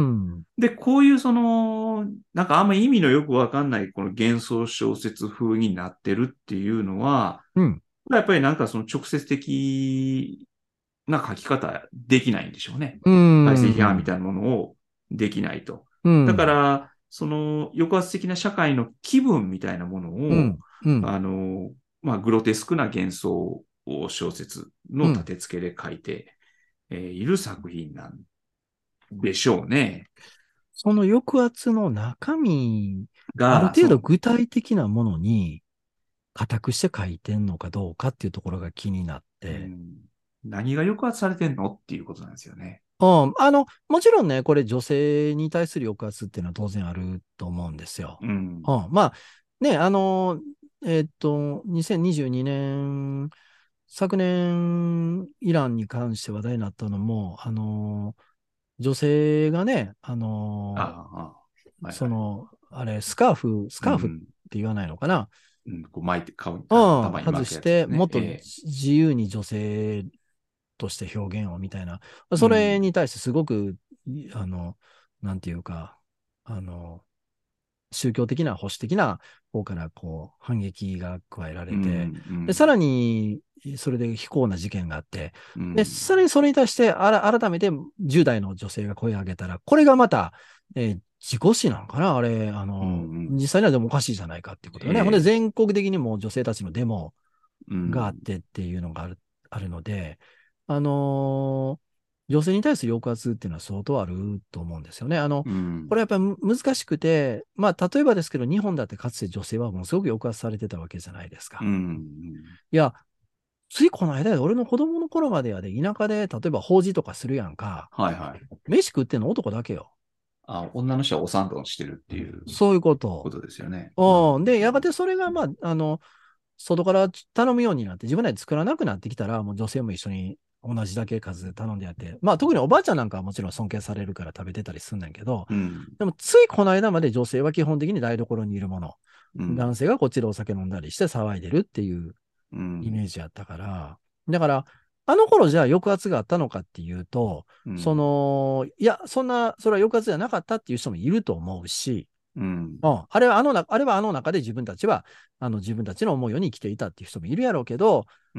で、こういうその、なんかあんま意味のよくわかんないこの幻想小説風になってるっていうのは、 うん。 やっぱりなんかその直接的な書き方できないんでしょうね。 う体制批判みん。 たいなものをできないと。だかうん。 ら、その抑圧的な社会の気分みたいなものを、 うん。うん。 あの、まあ、グロテスクな幻想を小説の立うん。 て付けで書いて、えーいる作品なんでしょうね。 その抑圧の中身、あるが、 程度そ具体的なものに固くして書いてんのかどうかっていうところが気になっう、うて。 ん、何が抑圧されてんのっていうことなんですよね。 うん。あの、もちろんね、これ女性に対する抑圧っていうのは当然あると思うんですよ。 うん。 うん。まあ、ね、あの、えっと、にせんにじゅうにねん、昨年、イランに関して話題になったのも、あの、女性がね、ああの、 あ、ああはいはい。 その、あれ、スカーフ、スカーフっうん。 て言わないのかな。 うん、こう巻いて、顔に、 うん、 あの頭に巻く外して、 やつですね。 もっとええ。 自由に女性として表現をみたいな。それうん。 に対してすごく、あの、なんていうか、あの、宗教的な保守的な方からこう反撃が加えらうれて、 ん。うで、さん。 らに、それで非行な事件があって、で、 うん。 さらにそれに対してあら改めてじゅう代の女性が声を上げたら、これがまた、えー自己死なのかなあれ、あうん。うの、 ん。 実際にはでもおかしいじゃないかっていうことよね。ほんで、 ええ。 全国的にも女性たちのデモうん。 があってっていうのがある、あるので、あのー女性に対する抑圧っていうのは相当あると思うんですよね。あの、 うん。 これやっぱり難しくて、まあ、例えばですけど、日本だってかつて女性はものすごく抑圧されてたわけじゃないですか。 うん。 いや、ついこの間やで、俺の子供の頃までやで、田舎で、例えば法事とかするやんか。 はいはい。 飯食ってんの男だけよ。 あ、女の人はお散歩してるっていうそういうこと。 ことですよね。うん。 うん。で、やがてそれが、まあ、あの、外から頼むようになって、自分らで作らなくなってきたら、もう女性も一緒に同じだけ数頼んでやって、まあ特におばあちゃんなんかはもちろん尊敬されるから食べてたりすんねんけど、 うん。 でもついこの間まで女性は基本的に台所にいるもの、 うん。 男性がこっちでお酒飲んだりして騒いでるっていううん。 イメージやったから、だから、あの頃じゃあ抑圧があったのかっていうと、そうん。 の、いや、そんな、それは抑圧じゃなかったっていう人もいると思うし、 うん。 うん、あれはあのな、あれはあの中で自分たちは、あの自分たちの思うように生きていたっていう人もいるやろうけど、 うん。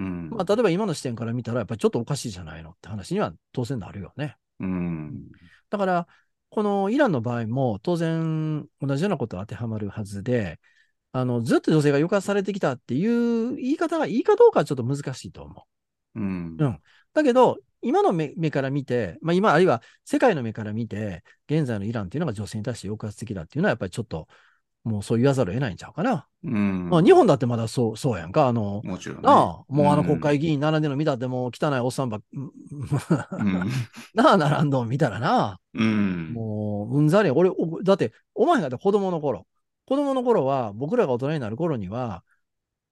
まあ、例えば今の視点から見たら、やっぱりちょっとおかしいじゃないのって話には当然なるよね。 うん。 だから、このイランの場合も当然同じようなことは当てはまるはずで、あの、ずっと女性が抑圧されてきたっていう言い方がいいかどうかはちょっと難しいと思うん。 う。うん。だけど、今の目目から見て、まあ今、あるいは世界の目から見て、現在のイランっていうのが女性に対して抑圧的だっていうのは、やっぱりちょっと、もうそう言わざるを得ないんちゃうかな。 うまあ、日本ん。 だってまだそう、そうやんか。あの、 もちろんね。 なあ、 うもうあの国ん。 会議員並んでるの見たってもう汚いおっさんばっ、 うん。 なあ、並んどん見たらな。 うん。 もう、うんざり。俺、おだって、お前が子供の頃、子供の頃は、僕らが大人になる頃には、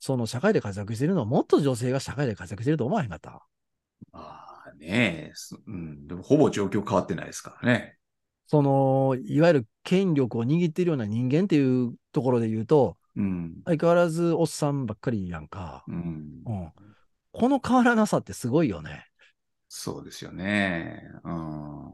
その社会で活躍してるのはもっと女性が社会で活躍してると思わへんかった。 まあね、うん、でもほぼ状況変わってないですからね。 その、いわゆる権力を握っているような人間っていうところで言うと、 うん。 相変わらずおっさんばっかりやんか。 うん。 うん。この変わらなさってすごいよね。 そうですよね。うん。 うん。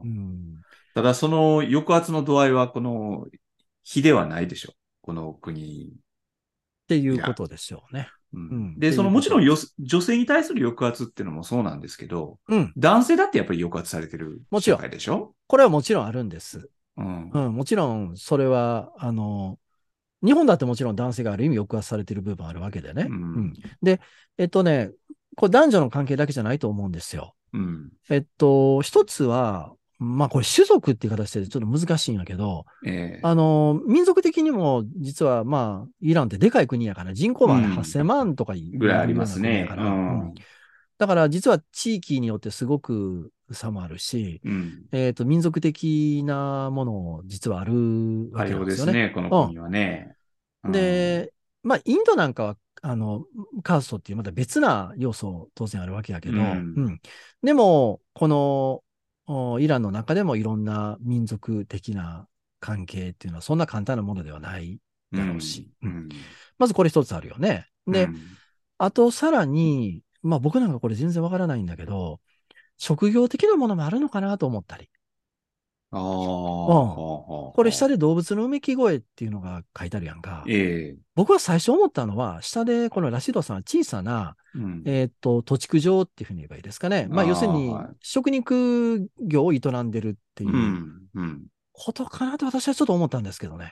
ただその抑圧の度合いはこの比ではないでしょ。この国、 っていイラン。 うことでしょうね。 うん、 うん。っで、 ていうそのもちろんよことです。 女性に対する抑圧っていうのもそうなんですけど、 うん。 男性だってやっぱり抑圧されてる社もちろん。 会でしょ。 これはもちろんあるんです。 うん。 うん。もちろん、それは、あの、日本だってもちろん男性がある意味抑圧されている部分あるわけでね。 ううん。 ん。 で、えっとね、これ男女の関係だけじゃないと思うんですよ。 うん。 えっと、一つは、まあこれ種族っていう形でちょっと難しいんやけど、 ええあの、民族的にも実はまあ、イランってでかい国やから、人口もあれうん。 はっせんまんとかいぐらいありるような国やますね。うから、うん。 ん。 だから実は地域によってすごく差もあるし、 うん。 えっと、民族的なものも実はあるわ多けなんですよね。 様ですね、このう国はね。うん。 ん。 で、まあ、インドなんかは、あの、カーストっていうまた別な要素当然あるわけやけうど、うん。 ん。でも、この、おイランの中でもいろんな民族的な関係っていうのはそんな簡単なものではないうん。 だろうし、うん。 うん。 まずこれ一つあるよね。で、 うん。 あとさらに、まあ僕なんかこれ全然わからないんだけど、職業的なものもあるのかなと思ったり。 ああ、 うん。 ほうほうこれ下ほう。 で動物のうめき声っていうのが書いてあるやんか。 ええ。 僕は最初思ったのは、下でこのラシドさんは小さな、 うん。 えっと、土地区場っていうふうに言えばいいですかね。まあ要するああ、 に、 はい。 食肉業を営んでるってういうん。うん。 ことかなと私はちょっと思ったんですけどね。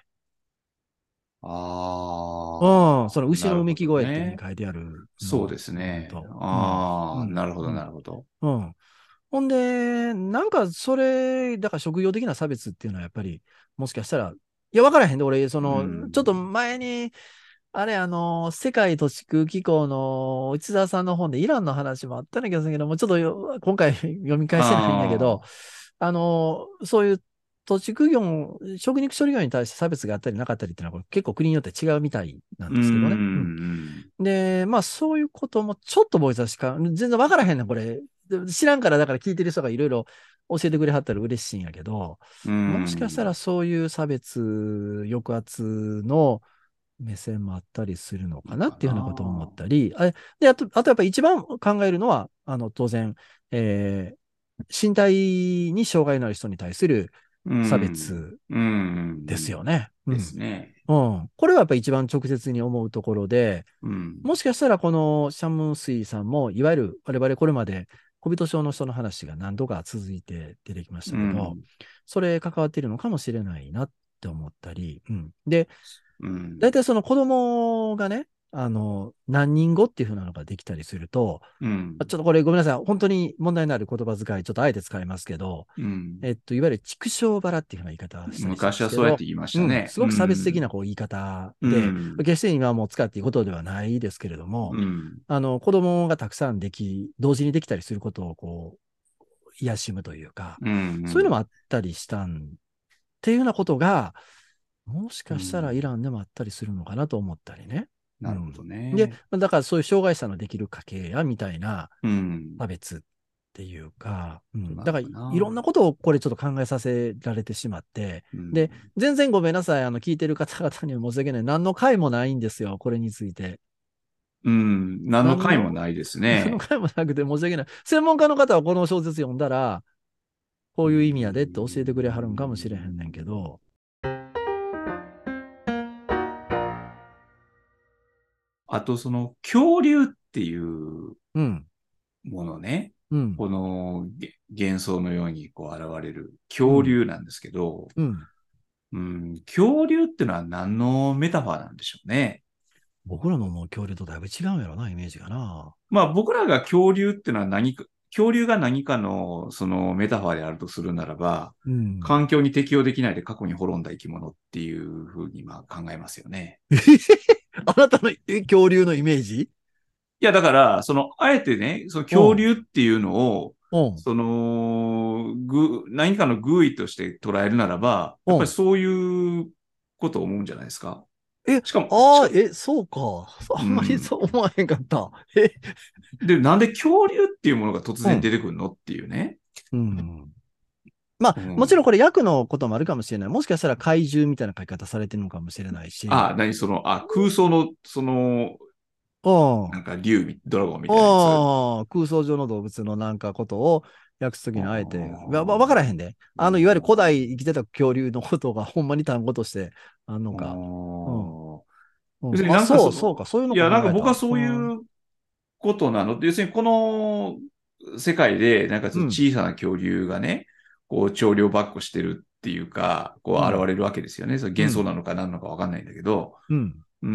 うん。そああ、 の牛のうめなるほき声っていうふうにどね。 書いてあるのそうでを見るすね。 と。うん。うああ、 ん。 なるほど、なうん。 るほど。 うん。ほんで、なんかそれ、だから職業的な差別っていうのはやっぱり、もしかしたら、いや、わからへんで、俺、そうの、ちょっとん。 前に、あれ、あの、世界都市空気候の内澤さんの本でイランの話もあったんだけど、けどもちょっとよ今回読み返してないんやけど、 ああ、 あの、そういう土地区業、食肉処理業に対して差別があったりなかったりっていうのは結構国によって違うみたいなんうですけどね。うん。 ん。 で、まあそういうこともちょっと僕はしか、全然わからへんな、これ。知らんから、だから聞いてる人がいろいろ教えてくれはったら嬉しいんやけど、 うもしかしたらん。 そういう差別、抑圧の目線もあったりするのかなっかていうふうなことを思っな。 たり、あで、あと、あとやっぱり一番考えるのは、あの、当然、えー身体に障害のある人に対するう差ん。 別うん。 ですよね。うでん。 すね。 うん。これはやっぱり一番直接に思うところで、 うん。 もしかしたらこのシャムスイさんも、いわゆる我々これまで小人症の人の話が何度か続いて出てきましうたけど、 ん。 それ関わっているのかもしれないなって思ったり、うん。で、 うん。 大体その子供がね、あの、何人語っていう風なのができたりすると、 うん。 ちょっとこれごめんなさい。本当に問題のある言葉遣い、ちょっとあえて使いますけど、 うん。 えっと、いわゆる畜生腹っていう風な言い方したりしま昔はすけど、 そうやって言いましうん、 たね。 すごく差別うん。 的なこう言い方うで、 ん。 決して今はもう使っていいことではないですけれども、 うん。 あの、子供がたくさんでき、同時にできたりすることをこう、癒しむというか、 うん。 そういうのもあったりしたんっていうようなことが、もしかしたらうん。 イランでもあったりするのかなと思ったりね。うなるほどん。で、 ね。 だからそういう障害者のできる家系やみたいなうん。 差別っていうか、うん。 なだからいるほどな。 ろんなことをこれちょっと考えさせられてしまって、 うん。 で、全然ごめんなさい。あの、聞いてる方々には申し訳ない。何の回もないんですよ。これについて。 うん。何の何の、 解もないです何のね。 回もなくて申し訳ない。専門家の方はこの小説読んだら、こうういう意味やでって教えてくれはるんかもしれへんねんけん。 ど、 あと、その、恐竜っていううん、 ものね。 うん、 このげ幻想のようにこう現れるうん、 恐竜なんですけど、 うん。 うん、恐竜ってのは何のメタファーなんでしょうね。 僕らの思う恐竜とだいぶ違うんやろな、イメージがな。 まあ僕らが恐竜ってのは何か、恐竜が何かのそのメタファーであるとするならば、 うん。 環境に適応できないで過去に滅んだ生き物っていうふうにまあ考えますよね。 あなたのえ恐竜のイメージ。 いやだから、その、あえてね、そのうん、 恐竜っていうのを、 うん、 その、ぐ、何かの偶意として捉えるならば、やっぱりうん。 そういうことを思うんじゃないですか。 え、 しかも、しかああ、え、そうか。あんまりうん。 そう思わへんかった。え、 で、なんで恐竜っていうものが突然うん。 出てくるのっていうね。 うん。まあ、もちろんうん。 これ役のこともあるかもしれない。もしかしたら怪獣みたいな書き方されてるのかもしれないし。 あ、何その、あ、空想の、その、 うん。 なんか竜み、ドラゴンみたいなやつ。 ああ、空想上の動物のなんかことを訳すときあにあえて、わ、わわからーへんで。 うあの、いわゆる古ん代生きてた恐竜のことがほんまに単語としてあんのあか。うん。 ーうん。あ、 別になんかそう、そうか。 その、 そういうのいや、なんかか考えた。 僕はそういうん。 うことなので、要するにこの世界で、なんかそのうん。 小さな恐竜がね、こう、調量ばっこしてるっていうか、こう、 うん。 現れるわけですよね。それうん。 幻想なのか何なのかわかんないんだけど、 うん。 うん。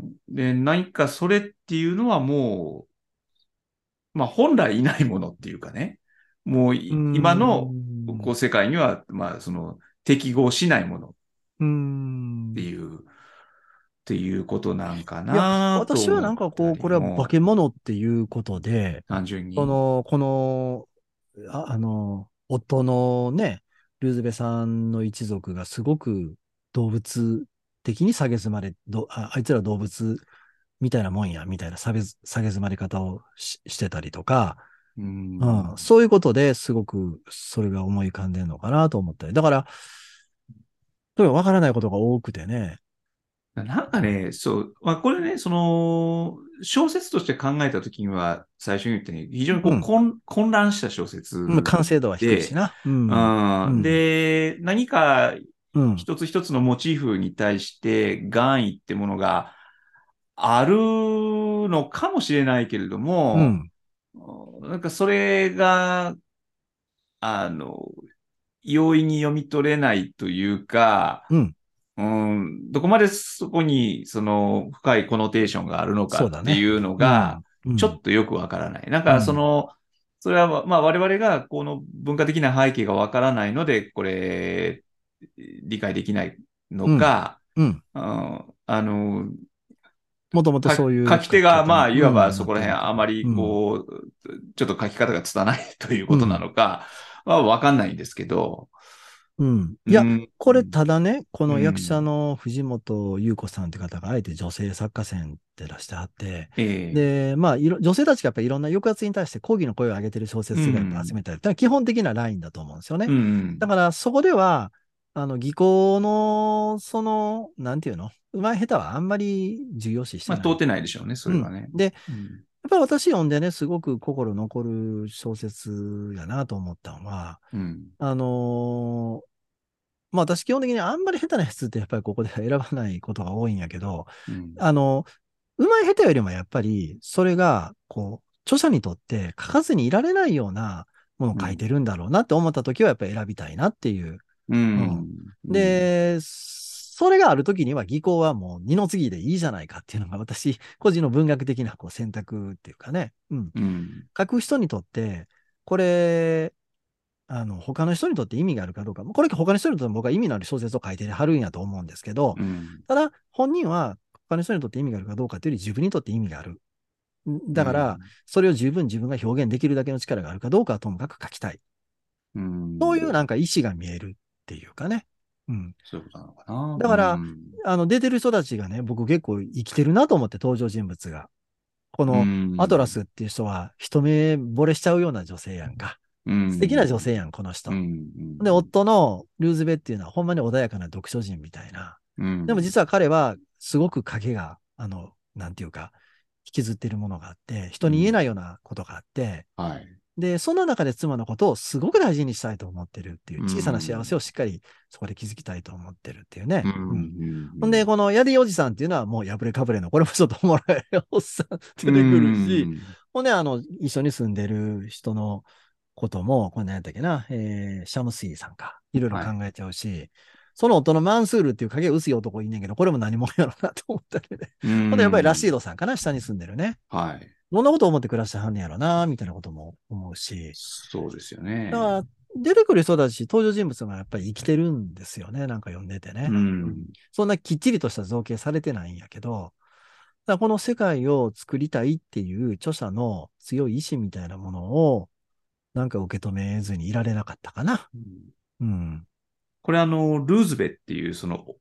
で、何かそれっていうのはもう、まあ本来いないものっていうかね、もううーい今のこうん。 世界には、まあその適合しないものっうーん。 ていう、っていうことなんかいや、 なと私は思ったなんかこう、これは化りも、 け物っていうことで、 単純に。 その、この、あ、あの、夫のね、ルーズベさんの一族がすごく動物的に蔑まれ、どあ、あいつら動物みたいなもんや、みたいな蔑蔑まれ方をし、してたりとか、 ううん。 ん、そういうことですごくそれが思い浮かんでるのかなと思ったり。だから、とにかくわからないことが多くてね。 なんかね、そう、まあこれね、その、小説として考えたときには、最初に言ったように、非常にこううん。 混混乱した小うん、 説完成度は低いしで、 な。うん。ううん、 ん。 で、何かうん。 一つ一つのモチーフに対して願意ってものがあるのかもしれないけれども、 うん。 なんかそれが、あの、容易に読み取れないというか、 うん。 うん、どこまでそこにその深いコノテーションがあるのかそうだね。 っていうのが、 うん。うん。 ちょっとよくわからない。なんかそうん。 の、それはまあ我々がこの文化的な背景がわからないので、これ、理解できないのうん。 か、 うん。 うん、あの、 もともとそかういう書き手が、 書き方に、 まあ、いわばうん、 そこらなってるのか。 辺あまり、 うん。 こう、ちょっと書き方が拙いということなうん。 のかはわかんないんですけど、 うん。いや、 うん、 これただね、こうの役者ん、 の藤本優子さんって方があえて女性作家線って出してはって、 ええ、 で、まあ、いろ女性たちがやっぱりいろんな抑圧に対して抗議の声を上げてる小う説がやっぱ集ん、 めたり、だから基本的なラインだと思うんですよね。 うん、 だからそこでは、あの、技巧の、その、なんていうの、うまい下手はあんまり重要視しまあ、通っててない。 ないでしょうね、そうん。 れはね。 で、 うん。 やっぱり私読んでね、すごく心残る小説やなと思ったのは、 うん。 あのーまあ私基本的にあんまり下手なやつってやっぱりここで選ばないことが多いんやけど、 うん。 あの、うまい下手よりもやっぱりそれが、こう、著者にとって書かずにいられないようなものを書いうん。 てるんだろうなって思った時はやっぱり選びたいなっていう。 ううん。 ん。うん。 で、それがある時には技巧はもう二の次でいいじゃないかっていうのが私、個人の文学的なこう選択っていうかね。うん。 うん。 書く人にとって、これ、あの、他の人にとって意味があるかどうか、これ他の人にとって僕は意味のある小説を書いてはるんやと思うんですけど、 うん。 ただ本人は他の人にとって意味があるかどうかというより自分にとって意味がある。 うだから、 ん。 それを十分自分が表現できるだけの力があるかどうかはともかく書きたい。 うそういうん。 なんか意思が見えるっていうかね。うん。 そういうことなのかな。うだから、 ん。 あの、出てる人たちがね、僕結構生きてるなと思って登場人物が。こうのアトラスん。 っていう人は一目惚れしちゃうような女性やんか。 う素敵な女ん。 性やん、このう人。で、 ん。 夫のルーズベっていうのはほんまに穏やかな読書人みたいな。 うん。 でも実は彼はすごく影が、あの、なんていうか、引きずっているものがあって、人に言えうん。 ないようなことがあって、 はい。 で、その中で妻のことをすごく大事にしたいと思ってるっていう、 う小さな幸せん。 をしっかりそこで築きたいと思ってるっていううね。うん。ほんで、 ん。 このヤディおじさんっていうのはもう破れかぶれの、これもちょっとおもろいおっさんう出てくるし、 ん。 ほんで、あの、一緒に住んでる人のことも、これ何やったっけな、えー、シャムスイさんか。いろいろはい。 考えちゃうし、その夫のマンスールっていう影薄い男いんねんけど、これも何者やろなと思ったけどね。 うほんで、やっぱりラシーん。 ドさんかな、下に住んでるね。 はい。 どんなことを思って暮らしてはんねやろな、みたいなことも思うし。 そうですよね。 だから、出てくる人たち、登場人物がやっぱり生きてるんですよね。なんか読んでてうね。うん。 ん。 そんなきっちりとした造形されてないんやけど、だからこの世界を作りたいっていう著者の強い意志みたいなものを、なんか受け止めずにいられなかったかな。 うんうん。 これあの、ルーズベっていう、その、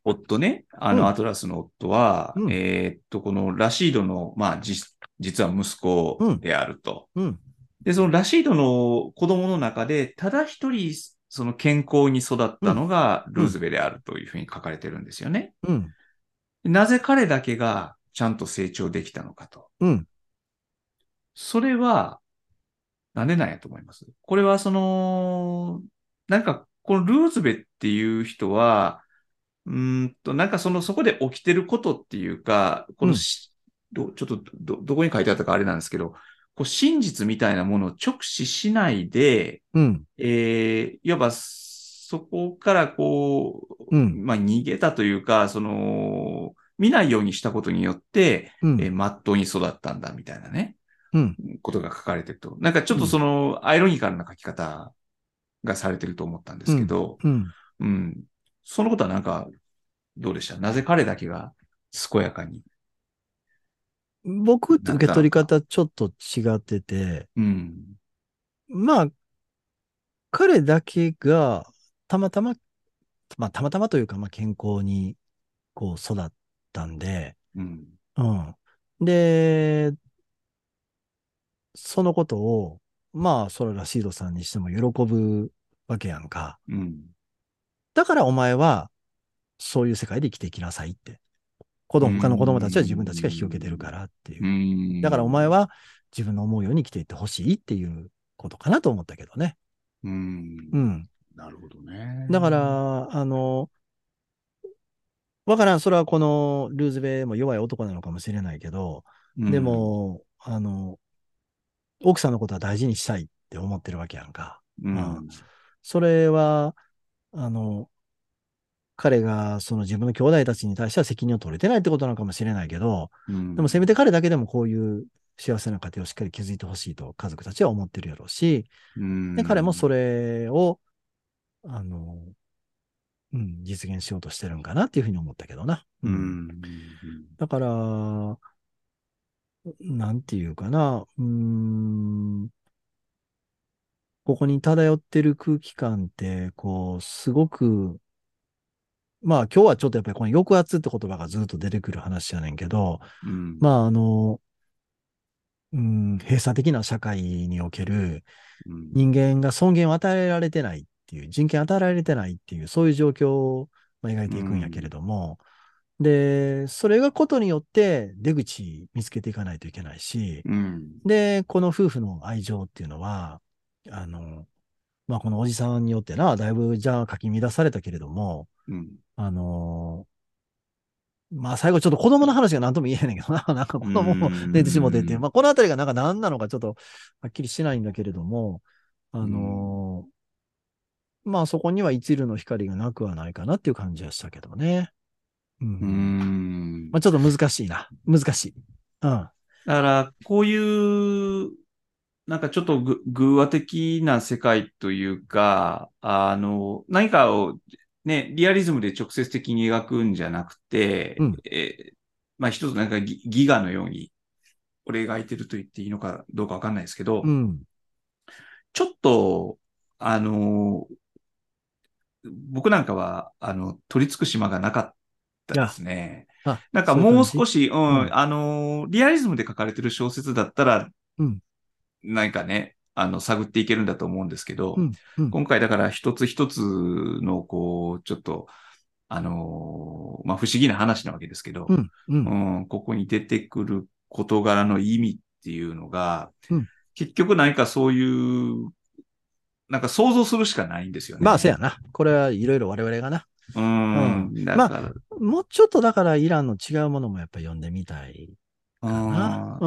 夫ね、あの、 うん、 アトラスの夫は、 うん、 えーっと、このラシードの、まあ、じ、実は息子うん、 であると。 うん、 で、そのラシードの子供の中で、ただ一人、その健康に育ったうん、 のがうん、 ルーズベであるというふうに書かれてるんですよね。 うん、 なぜ彼だけがちゃんと成長できたのかと。 うん。 それは、なんでなんやと思います？これはその、なんか、このルーズベっていう人は、うーんと、なんかその、そこで起きてることっていうか、こうん、 のし、ど、ちょっとど、どこに書いてあったかあれなんですけど、こう真実みたいなものを直視しないで、 うん、 えー、いわばそこからこう、 うん、 まあ逃げたというか、その、見ないようにしたことによって、 うん、 えー、まっとうに育ったんだみたいなね、 うん、 ことが書かれてると。なんかちょっとそうん、 の、アイロニカルな書き方がされてると思ったんですけど、 うん。 うん。そのことはなんか、どうでした？なぜ彼だけが健やかに僕、 な受けったのか。 取り方ちょっと違ってて、 うん。 まあ、彼だけが、たまたま、まあ、たまたまというか、まあ、健康に、こう、育ったんで、 うん。 うん。で、そのことを、まあ、それらシードさんにしても喜ぶわけやんか。 うん。 だからお前は、そういう世界で生きていきなさいって。子う供、他の子供たちは自分たちが引き受けてるかん。 らっていうう。だからお前ん。 は自分の思うように生きていってほしいっていうことかなと思ったけどね。 うん。 うん。 なるほどね。 だから、あの、わからん。それはこのルーズベも弱い男なのかもしれないけど、でうん。 も、あの、奥さんのことは大事にしたいって思ってるわけやんか。うん。 うん。 それは、あの、彼がその自分の兄弟たちに対しては責任を取れてないってことなのかもしれないけど、 うん。 でもせめて彼だけでもこういう幸せな家庭をしっかり築いてほしいと家族たちは思ってるやろうし、 うで、彼もん。 それを、あの、うん、実現しようとしてるんかなっていうふうに思ったけどな。ううん。 ん。 だから、なんていうかな、うーん、ここに漂ってる空気感って、こう、すごく、まあ今日はちょっとやっぱりこの抑圧って言葉がずっと出てくる話やねんけど、 うん。 まああの、うん、閉鎖的な社会におけるうん。 人間が尊厳を与えられてないっていう、人権を与えられてないっていう、そういう状況をまあ描いうていくんやけれん。 ども、で、それがことによって出口見つけていかないといけないし、 うん。 で、この夫婦の愛情っていうのは、あの、まあ、このおじさんによってな、だいぶじゃあかき乱されたけれども、 うん。 あの、まあ最後ちょっと子供の話が何とも言えへんねんけどな、なんかう子供も出てしもてっていう、 ん。 まあこのあたりがなんか何なのかちょっとはっきりしないんだけれども、あうん。 のまあそこには一縷の光がなくはないかなっていう感じはしたけどね。ううん。まあん。 ちょっと難しいな。難しい。うん。 だから、こういう、なんかちょっとぐ偶話的な世界というか、あの、何かをね、リアリズムで直接的に描くんじゃなくて、 うん。 えーまあ一つなんかギギガのように、これ描いてると言っていいのかどうかわかんないですけど、 うん。 ちょっと、あの、僕なんかは、あの、取り付く島がなかったでいや、 すね。 あ、 なんかそういう感じ。 もう少し、うん、 うん。 あの、リアリズムで書かれてる小説だったら、 うん。 何かね、あの、探っていけるんだと思うんですけど、 うん。うん。 今回だから一つ一つの、こう、ちょっと、あのーまあ、不思議な話なわけですけど、 うん。うん。 うん、ここに出てくる事柄の意味っていうのが、 うん。 結局何かそういう、なんか想像するしかないんですよまあ、せね。 やな。これはいろいろ我々がな。 ううん。 ん、だまあ、 から、 もうちょっとだからイランの違うものもやっぱ読んでみたいうん、 かな。うん。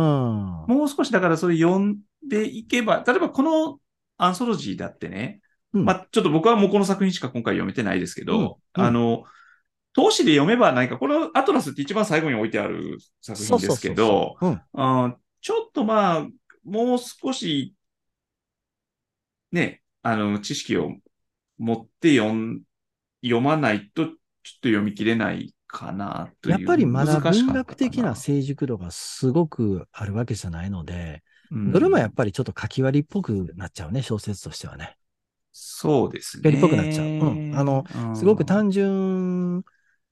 うもう少しだからそれ読んでいけば、例えばこのアンソロジーだってね、まん。 あ、ちょっと僕はもうこの作品しか今回読めてないですけうん。 ど、 うん。 あの、投資で読めば何か、このアトラスって一番最後に置いてある作そうそう品ですけそうそど、 う。うん。 うん、ちょっとまあ、もう少しね、あの、知識を持って読ん、読まないと、ちょっと読み切れないかなという、 やっぱりまだ文難しかったか学的なな。 成熟度がすごくあるわけじゃないので、 うどれもやっん、 ぱりちょっと書き割りっぽくなっちゃうね、小説としてはね。 そうです書き割りっぽくなっちゃう。うん。あね。 の、 うん、 すごく単純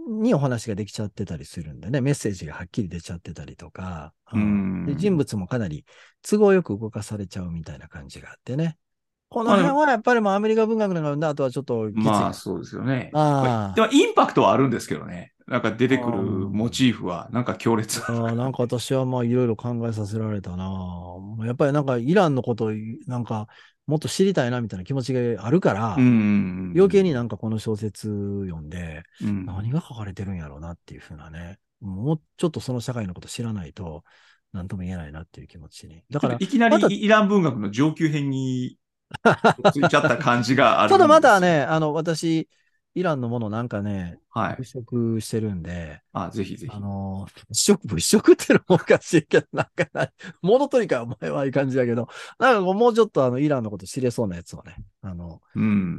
にお話ができちゃってたりするんでね、メッセージがはっきり出ちゃってたりとか、 ううんん。 で人物もかなり都合よく動かされちゃうみたいな感じがあってね。このまあでも、 辺はやっぱりもうアメリカ文学のあとはちょっときつい。 まあそうですよね。 あでもインパクトはあるんですけどね。なんか出あ。 てくるモチーフはなんか強烈あーなんか私はまあいろいろ考えさせられたな。やっぱりなんかイランのことなんかもっと知りたいなみたいな気持ちがあるかうら、 ん。 余計になんかこの小説読んで、 うん。 何が書かれてるんやろうなっていうふうなね。もうちょっとその社会のこと知らないと、なんとも言えないなっていう気持ちに。だから、 ちょっといきなまた、 りイラン文学の上級編についちゃった感じがあちょっとるんですよ。 またね、あの、私、イランのものなんかね、物はい。 色してるんで、 あ、ぜひぜあひ。 の、物色、物色ってのもおかしいけど、なんかない、物取りかお前はいい感じだけど、なんかこうもうちょっとあの、イランのこと知れそうなやつをね、あの、 うん。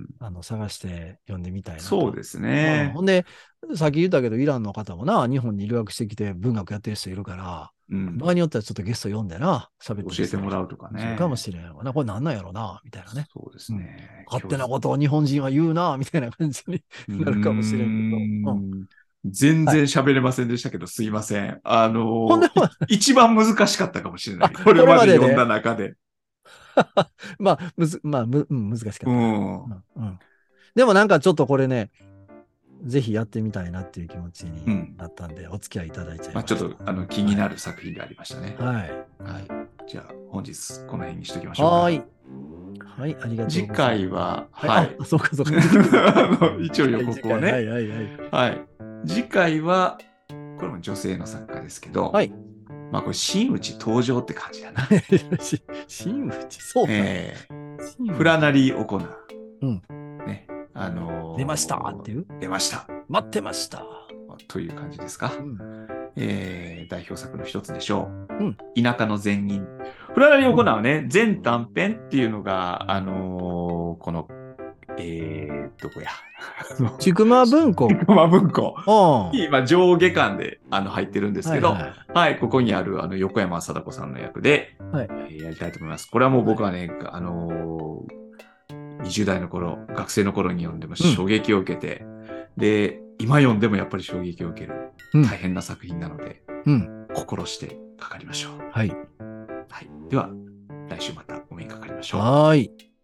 あの、探して読んでみたいなと。 そうですうん、 ね。 ほんで、さっき言ったけど、イランの方もな、日本に留学してきて文学やってる人いるから、 うん。 場合によってはちょっとゲスト読んでな、喋った教えてりするもらうとかするかもね。 しれんわな。これなんなんやろな、みたいなね。 そうですうん。 ね。 勝手な教授。 ことを日本人は言うな、みたいな感じにうーなるかもしれんけど。うん。 ん。全はい。 然喋れませんでしたけど、すいません。あほんで、 の、いほら一番難しかったかもしれなあ、 い。これこれまで読んだまでで、 中で。 まあ、むず、まあ、む、うん、難しかうったな。 ん。 うん。うん。でもなんかちょっとこれね、ぜひやってみたいなっていう気持ちにうん。 なったんで、お付き合いいただいちゃいまあ、 ましちょっと、あの、気た。はい。 になる作品でありましたね。 はい。 はい。じゃあ、本日、この辺にしときましょうか。 はーい。はい、ありがとう次ございます。 回は、 はい、 はい。 あ、そうか、そうか、次回。 あの一応予次回、次回、は告をね。 い、はい、はい。 はい。次回は、これも女性の作家ですけど、 はい。 まあこれ、真打ち登場って感じだな。 し真打ち、そうか。 えー、 真打ちフラナリー・オコナー。 うん。 ね。あのー出ましたっていう出ました。 待ってました。 という感じですか。 うん。 えー、代表作の一つでしょう。 うん。 田舎の善人。フラナリー・オコナーはね、全短編っていうのが、あのーこの、えー、どこや。 ちくま文庫。 熊文庫あに、まあ、上下巻であの入ってるんですけど、 はいは、 はいい。 ここにあるあの横山貞子さんの役で、 はい。 えーやりたいと思います。これはもう僕はね、あのー、にじゅう代の頃、学生の頃に読んでも衝撃を受けて、で、今読んでもやっぱり衝撃を受けるうん。 大変な作品なので、 うん。 心してかかりましょう。 はい。 はい。では、来週またお目にかかりましょう。 はーい。